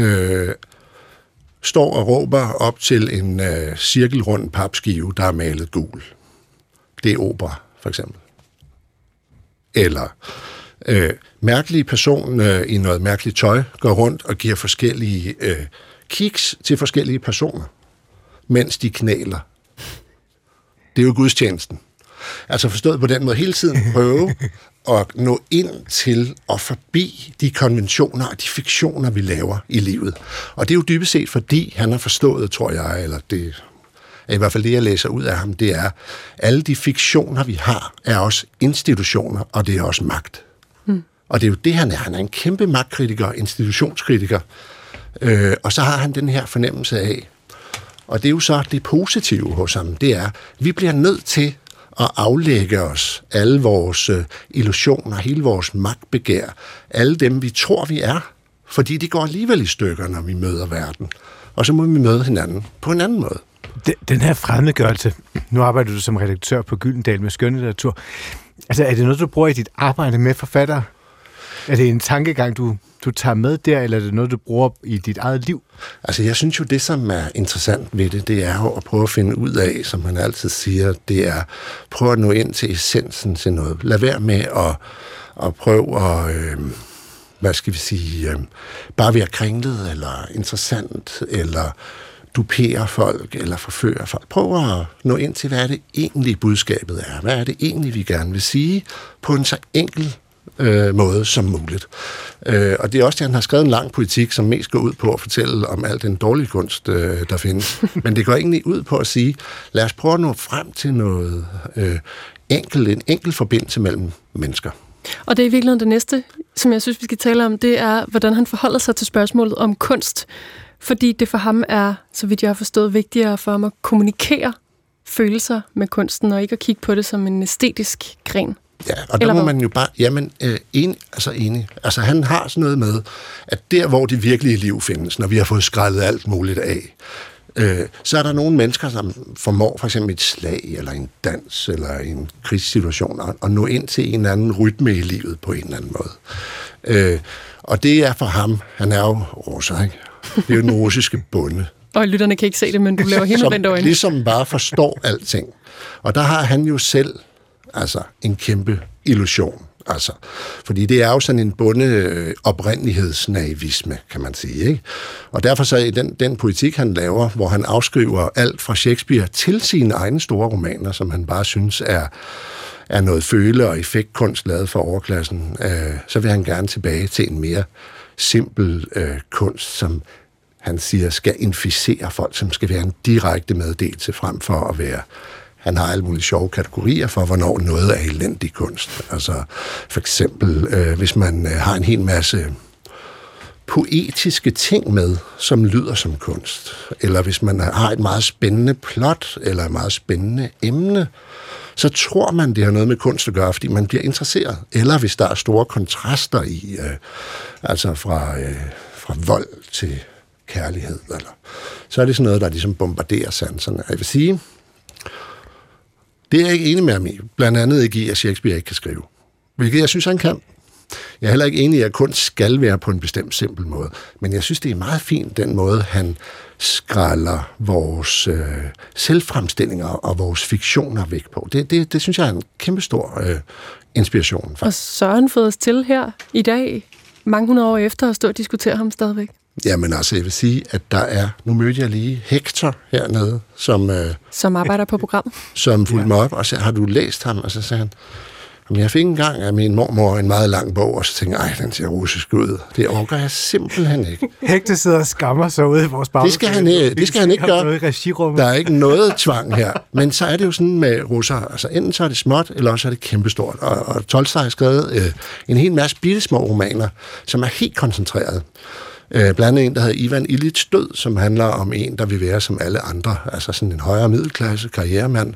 står og råber op til en cirkelrund papskive, der er malet gul. Det er opera, for eksempel. Eller mærkelig person i noget mærkeligt tøj går rundt og giver forskellige kiks til forskellige personer, mens de knæler. Det er jo gudstjenesten. Altså forstået på den måde, hele tiden prøve at nå ind til og forbi de konventioner og de fiktioner, vi laver i livet. Og det er jo dybest set, fordi han har forstået, tror jeg, eller det er i hvert fald det, jeg læser ud af ham, det er, alle de fiktioner, vi har, er også institutioner, og det er også magt. Og det er jo det, han er. Han er en kæmpe magtkritiker, institutionskritiker. Og så har han den her fornemmelse af, og det er jo så det positive hos ham, det er, vi bliver nødt til at aflægge os alle vores illusioner, hele vores magtbegær, alle dem, vi tror, vi er, fordi de går alligevel i stykker, når vi møder verden. Og så må vi møde hinanden på en anden måde. Den her fremmedgørelse, nu arbejder du som redaktør på Gyldendal med skønlitteratur. Altså, er det noget, du bruger i dit arbejde med forfattere? Er det en tankegang, du tager med der, eller er det noget, du bruger i dit eget liv? Altså, jeg synes jo, det, som er interessant ved det, det er jo at prøve at finde ud af, som man altid siger, det er prøve at nå ind til essensen til noget. Lad være med at prøve at, hvad skal vi sige, bare være kringlet, eller interessant, eller dupere folk, eller forføre folk. Prøv at nå ind til, hvad er det egentlig budskabet er? Hvad er det egentlig, vi gerne vil sige på en så enkel måde som muligt. Og det er også det, han har skrevet en lang politik, som mest går ud på at fortælle om al den dårlige kunst, der findes. Men det går egentlig ud på at sige, lad os prøve at nå frem til noget en enkel forbindelse mellem mennesker. Og det er i virkeligheden det næste, som jeg synes, vi skal tale om, det er, hvordan han forholder sig til spørgsmålet om kunst. Fordi det for ham er, så vidt jeg har forstået, vigtigere for ham at kommunikere følelser med kunsten, og ikke at kigge på det som en æstetisk gren. Ja, og der må man jo bare... Jamen, enig. Altså, han har sådan noget med, at der, hvor det virkelige liv findes, når vi har fået skrællet alt muligt af, så er der nogle mennesker, som formår for eksempel et slag, eller en dans, eller en krigssituation, og nå ind til en eller anden rytme i livet på en eller anden måde. Og det er for ham, han er jo russer, ikke? Det er jo den russiske bonde. Og lytterne kan ikke se det, men du laver himmelvendte øjne. Ligesom bare forstår alting. Og der har han jo selv en kæmpe illusion. Fordi det er jo sådan en bunde oprindelighedsnaivisme, kan man sige. Ikke? Og derfor så i den politik, han laver, hvor han afskriver alt fra Shakespeare til sine egne store romaner, som han bare synes er noget føle- og effektkunst lavet for overklassen, så vil han gerne tilbage til en mere simpel kunst, som han siger skal inficere folk, som skal være en direkte meddelelse frem for at være... Han har alle mulige sjove kategorier for, hvornår noget er elendig kunst. Altså for eksempel, hvis man har en hel masse poetiske ting med, som lyder som kunst. Eller hvis man har et meget spændende plot, eller et meget spændende emne, så tror man, det har noget med kunst at gøre, fordi man bliver interesseret. Eller hvis der er store kontraster i, fra vold til kærlighed. Så er det sådan noget, der ligesom bombarderer sanserne. Jeg vil sige... Det er jeg ikke enig med ham i. Blandt andet ikke i, at Shakespeare ikke kan skrive. Hvilket jeg synes, han kan. Jeg er heller ikke enig i, at kunst skal være på en bestemt simpel måde. Men jeg synes, det er meget fint, den måde, han skralder vores selvfremstillinger og vores fiktioner væk på. Det synes jeg er en kæmpestor inspiration. Faktisk. Og så har han fået os til her i dag, mange hundrede år efter, at stå og diskutere ham stadigvæk. Jamen jeg vil sige, at der er... Nu mødte jeg lige Hector hernede, som arbejder på programmet. Som fulgte mig op, og så har du læst ham? Og så sagde han, jamen jeg fik engang af min mormor en meget lang bog, og så tænkte jeg, den ser russisk ud. Det overgår jeg simpelthen ikke. Hector sidder og skammer sig ude i vores baggrund. Det skal han ikke gøre. Der er ikke noget tvang her. Men så er det jo sådan med russer. Enten så er det småt, eller også er det kæmpestort. Og Tolstoj har skrevet en hel masse bittesmå romaner, som er helt koncentreret. Blandt andet en, der hedder Ivan Illich Død, som handler om en, der vil være som alle andre, altså sådan en højere middelklasse karrieremand,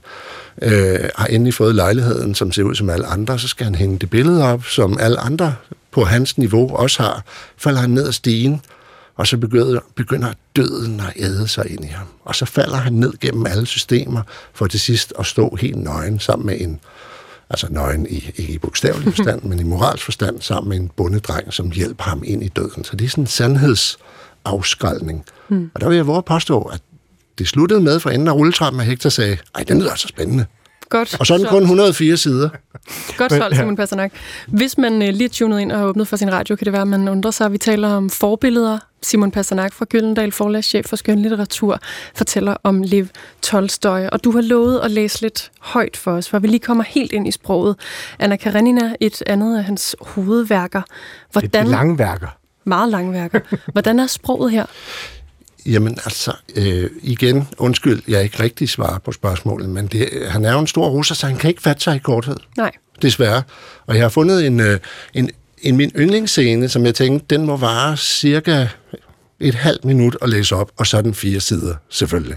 har endelig fået lejligheden, som ser ud som alle andre, så skal han hænge det billede op, som alle andre på hans niveau også har, falder han ned ad stigen, og så begynder døden at æde sig ind i ham. Og så falder han ned gennem alle systemer, for til sidst at stå helt nøgen sammen med en, altså nøgen ikke i bogstavelig forstand, men i moralsk forstand, sammen med en bondedreng, som hjælper ham ind i døden. Så det er sådan en sandhedsafskraldning. Og der vil jeg våge påstå, at det sluttede med for enden af rulletrappen, at Hector sagde, ej, den lyder så spændende. Godt. Og så er den kun 104 sider. Godt solgt, Simon Pasternak. Hvis man lige er tunet ind og har åbnet for sin radio, kan det være, at man undrer sig. Vi taler om forbilleder. Simon Pasternak fra Gyldendal, forlagschef for skønlitteratur, fortæller om Lev Tolstoj. Og du har lovet at læse lidt højt for os, for vi lige kommer helt ind i sproget. Anna Karenina, et andet af hans hovedværker. Det er lange værker. Meget lange værker. Hvordan er sproget her? Jamen igen, undskyld, jeg ikke rigtig svarer på spørgsmålet, men han er jo en stor russer, så han kan ikke fatte sig i korthed. Nej. Desværre. Og jeg har fundet min yndlingsscene, som jeg tænkte, den må vare cirka et halvt minut at læse op, og så er den 4 sider, selvfølgelig.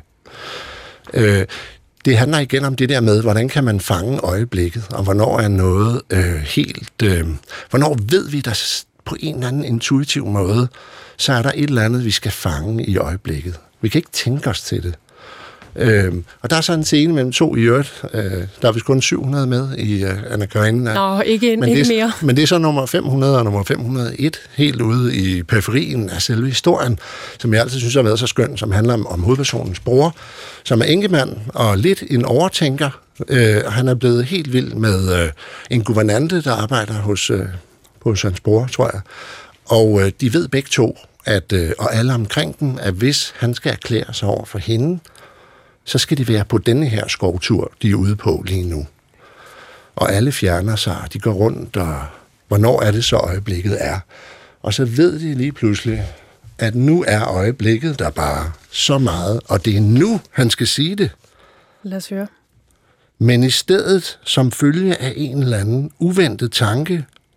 Det handler igen om det der med, hvordan kan man fange øjeblikket, og hvornår er noget hvornår ved vi, der på en eller anden intuitiv måde, så er der et eller andet, vi skal fange i øjeblikket. Vi kan ikke tænke os til det. Og der er så en scene mellem 2 i øvrigt. Der er vist kun 700 med i Anna Karenina. Nå, ikke mere. Men det er så nummer 500 og nummer 501, helt ude i periferien af selve historien, som jeg altid synes har været så skøn, som handler om hovedpersonens bror, som er enkemand og lidt en overtænker. Han er blevet helt vild med en guvernante, der arbejder hos hans bror, tror jeg. Og de ved begge to, og alle omkring dem, at hvis han skal erklære sig over for hende, så skal de være på denne her skovtur, de er ude på lige nu. Og alle fjerner sig, de går rundt, og hvornår er det så øjeblikket er? Og så ved de lige pludselig, at nu er øjeblikket der bare så meget, og det er nu, han skal sige det. Lad os høre. Men i stedet, som følge af en eller anden uventet tanke,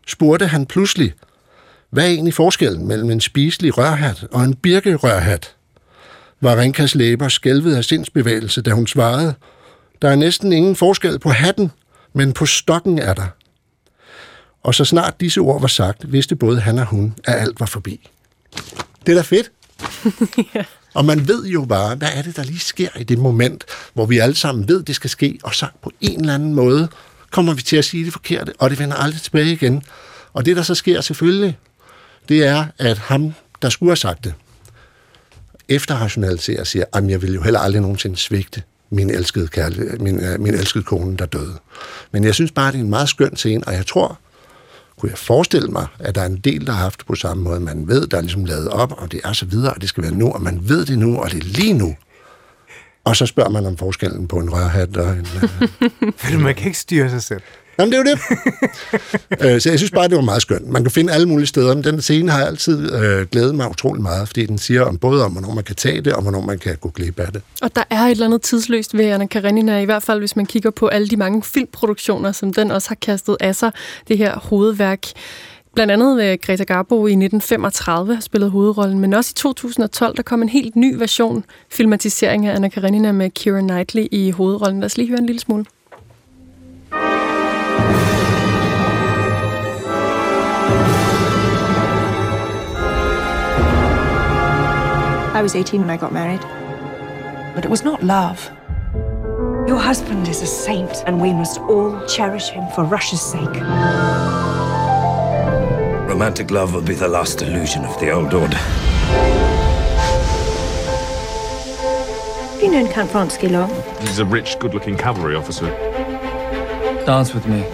spurgte han pludselig, hvad er egentlig forskellen mellem en spiselig rørhat og en birkerørhat? Varenkas læber skælvede af sindsbevægelse, da hun svarede, der er næsten ingen forskel på hatten, men på stokken er der. Og så snart disse ord var sagt, vidste både han og hun, at alt var forbi. Det er da fedt. Ja. Og man ved jo bare, hvad er det, der lige sker i det moment, hvor vi alle sammen ved, det skal ske, og så på en eller anden måde kommer vi til at sige det forkerte, og det vender aldrig tilbage igen. Og det, der så sker selvfølgelig, det er, at ham, der skulle have sagt det, efterrationaliserer og siger, at jeg vil jo heller aldrig nogensinde svigte min elskede kone, der døde. Men jeg synes bare, det er en meget skøn scene, og jeg tror, kunne jeg forestille mig, at der er en del, der har haft det på samme måde. Man ved, der er ligesom lavet op, og det er så videre, og det skal være nu, og man ved det nu, og det er lige nu. Og så spørger man om forskellen på en rørhat og en... Man kan ikke styre sig selv. Jamen, det er jo det. Så jeg synes bare, det var meget skønt. Man kan finde alle mulige steder, men den scene har altid glædet mig utrolig meget, fordi den siger både om, hvornår man kan tage det, og hvornår man kan gå glip af det. Og der er et eller andet tidsløst ved Anna Karenina, i hvert fald hvis man kigger på alle de mange filmproduktioner, som den også har kastet af sig, det her hovedværk. Blandt andet Greta Garbo i 1935 har spillet hovedrollen, men også i 2012, der kom en helt ny version, filmatisering af Anna Karenina med Keira Knightley i hovedrollen. Lad os lige høre en lille smule. I was 18 when I got married, but it was not love. Your husband is a saint, and we must all cherish him for Russia's sake. Romantic love will be the last illusion of the old order. Have you known Count Vronsky long? He's a rich, good-looking cavalry officer. Dance with me.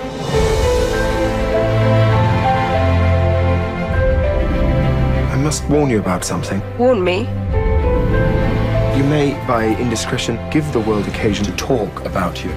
I must warn you about something. Warn me? You may, by indiscretion, give the world occasion to talk about you.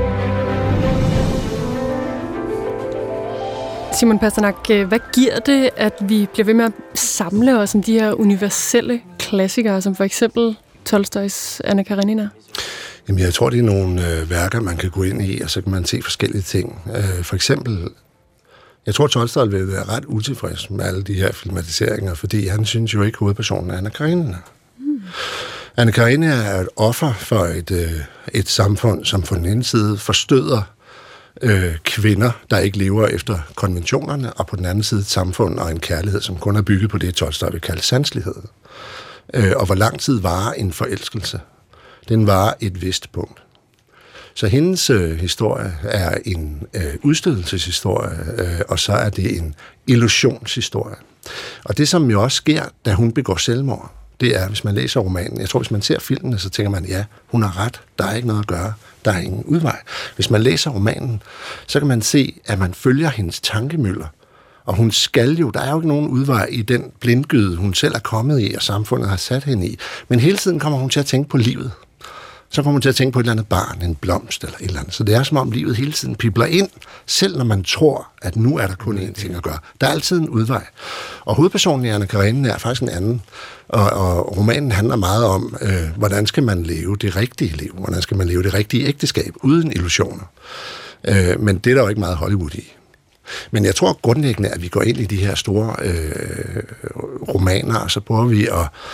Simon Pasternak, hvad giver det, at vi bliver ved med at samle os om de her universelle klassikere, som for eksempel Tolstojs Anna Karenina? Jamen, jeg tror, det er nogle værker, man kan gå ind i, og så kan man se forskellige ting. For eksempel, jeg tror, Tolstoj vil være ret utilfreds med alle de her filmatiseringer, fordi han synes jo ikke, hovedpersonen er Anna Karenina. Anna Karenina er et offer for et samfund, som på den ene side forstøder kvinder, der ikke lever efter konventionerne, og på den anden side et samfund og en kærlighed, som kun er bygget på det, Tolstoj vil kalde sanselighed. Og hvor lang tid varer en forelskelse? Den varer et vist punkt. Så hendes historie er en udstødelseshistorie, og så er det en illusionshistorie. Og det, som jo også sker, da hun begår selvmord, det er, hvis man læser romanen. Jeg tror, hvis man ser filmene, så tænker man, ja, hun har ret. Der er ikke noget at gøre. Der er ingen udvej. Hvis man læser romanen, så kan man se, at man følger hendes tankemøller. Og hun skal jo, der er jo ikke nogen udvej i den blindgyde, hun selv er kommet i, og samfundet har sat hende i. Men hele tiden kommer hun til at tænke på livet. Så kommer hun til at tænke på et eller andet barn, en blomst eller et eller andet. Så det er som om livet hele tiden pibler ind, selv når man tror, at nu er der kun én ting at gøre. Der er altid en udvej. Og hovedpersonen i Anna Karenina er faktisk en anden. Og romanen handler meget om, hvordan skal man leve det rigtige liv? Hvordan skal man leve det rigtige ægteskab uden illusioner? Men det er der jo ikke meget Hollywood i. Men jeg tror grundlæggende, at vi går ind i de her store romaner, og så prøver vi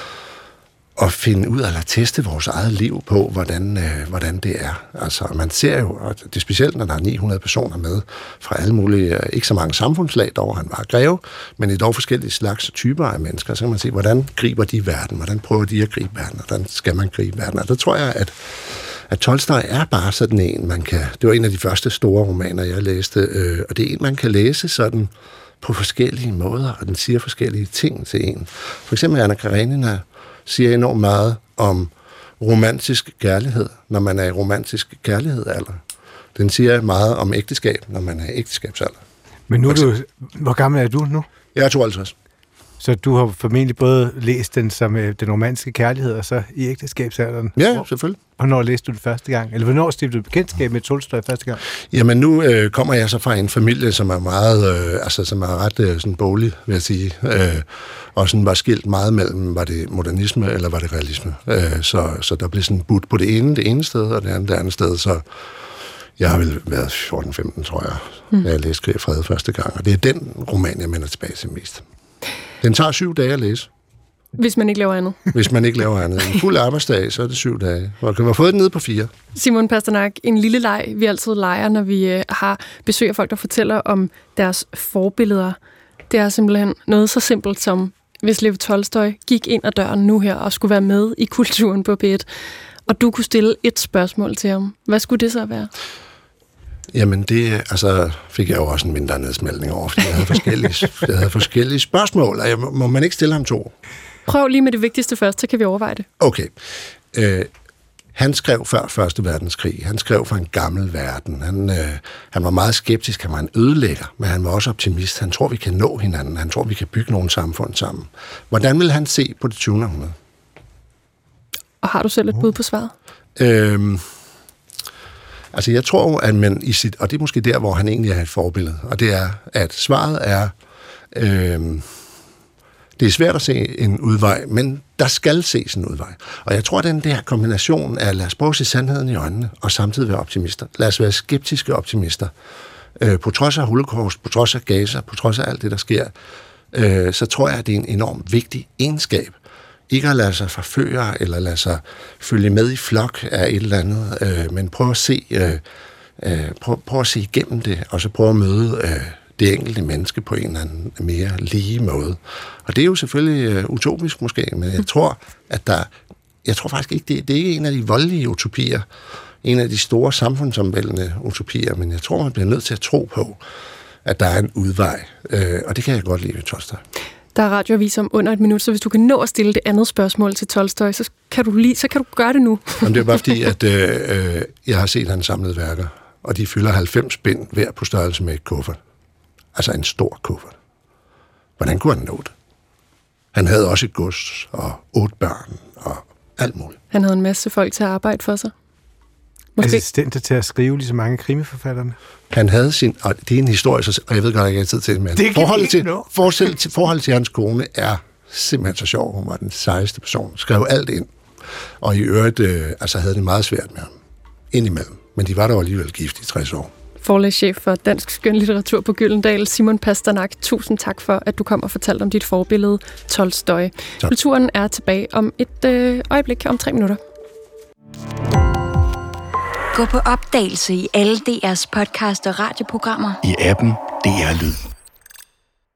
at finde ud af eller teste vores eget liv på, hvordan det er. Altså, man ser jo, og det er specielt, når der er 900 personer med fra alle mulige, ikke så mange samfundslag, dog han var greve, men i dog forskellige slags typer af mennesker, så kan man se, hvordan griber de verden, hvordan prøver de at gribe verden, hvordan skal man gribe verden. Og der tror jeg, at Tolstoj er bare sådan en, man kan... Det var en af de første store romaner, jeg læste, og det er en, man kan læse sådan på forskellige måder, og den siger forskellige ting til en. For eksempel Anna Karenina siger enormt meget om romantisk kærlighed, når man er i romantisk kærlighedsalder. Den siger meget om ægteskab, når man er i ægteskabsalder. Men nu er du... Hvor gammel er du nu? Jeg er 52. Så du har formentlig både læst den som den romantiske kærlighed, og så i ægteskabsalderen? Ja, selvfølgelig. Hvornår læste du det første gang? Eller hvornår stiftede du bekendtskab med Tolstoj første gang? Jamen nu kommer jeg så fra en familie, som er meget, som er ret sådan boglig, vil jeg sige. Og sådan var skilt meget mellem, var det modernisme eller var det realisme. Så der blev sådan budt på det ene sted, og det andet sted. Så Jeg har vel været 14-15, tror jeg, da jeg læste Krig og Fred første gang, og det er den roman, jeg vender tilbage til mest. Den tager 7 dage at læse. Hvis man ikke laver andet. Hvis man ikke laver andet. En fuld arbejdsdag, så er det 7 dage. Og kan man få den ned på 4. Simon Pasternak, en lille leg, vi altid leger, når vi har besøg af folk, der fortæller om deres forbilleder. Det er simpelthen noget så simpelt som, hvis Lev Tolstoj gik ind ad døren nu her og skulle være med i Kulturen på P1, og du kunne stille et spørgsmål til ham. Hvad skulle det så være? Jamen det, fik jeg jo også en mindre nedsmeltning over, fordi jeg havde forskellige spørgsmål, og må man ikke stille ham 2? Prøv lige med det vigtigste først, så kan vi overveje det. Okay. Han skrev før 1. verdenskrig. Han skrev for en gammel verden. Han var meget skeptisk, han var en ødelægger, men han var også optimist. Han tror, vi kan nå hinanden. Han tror, vi kan bygge nogle samfund sammen. Hvordan vil han se på det 20. århundrede? Og har du selv et bud på svaret? Jeg tror, at man i sit... Og det er måske der, hvor han egentlig er et forbillede. Og det er, at svaret er... det er svært at se en udvej, men der skal ses en udvej. Og jeg tror, at den der kombination af, lad os prøve at se sandheden i øjnene, og samtidig være optimister. Lad os være skeptiske optimister. På trods af Holocaust, på trods af Gaza, på trods af alt det, der sker, så tror jeg, at det er en enormt vigtig egenskab. Ikke at lade sig forføre, eller lade sig følge med i flok af et eller andet, men prøv at se igennem det, og så prøve at møde det enkelte menneske på en eller anden mere lige måde. Og det er jo selvfølgelig utopisk måske, men jeg tror, jeg tror faktisk ikke, det er ikke en af de voldelige utopier, en af de store samfundsomvæltende utopier, men jeg tror, man bliver nødt til at tro på, at der er en udvej, og det kan jeg godt lide ved Tolstoj. Der er radioavis om under et minut, så hvis du kan nå at stille det andet spørgsmål til Tolstoj, så kan du gøre det nu. Jamen, det er bare fordi, at jeg har set hans samlede værker, og de fylder 90 bind hver på størrelse med et kuffert. Altså en stor kuffert. Hvordan kunne han nå det? Han havde også et gods og 8 børn og alt muligt. Han havde en masse folk til at arbejde for sig. Måske. Assistenter til at skrive lige så mange krimiforfatterne. Han havde sin, og det er en historie, og jeg ved godt, at jeg ikke har tid til det, men forholdet til hans kone er simpelthen så sjov. Hun var den sejeste person, skrev alt ind, og i øvrigt havde det meget svært med ham indimellem. Men de var dog alligevel gift i 60 år. Forlagschef for Dansk Skønlitteratur på Gyldendal, Simon Pasternak. Tusind tak for, at du kom og fortalte om dit forbillede, Tolstoj. Kulturen er tilbage om et øjeblik, om 3 minutter. Gå på opdagelse i alle DR's podcast og radioprogrammer. I appen DR Lyd.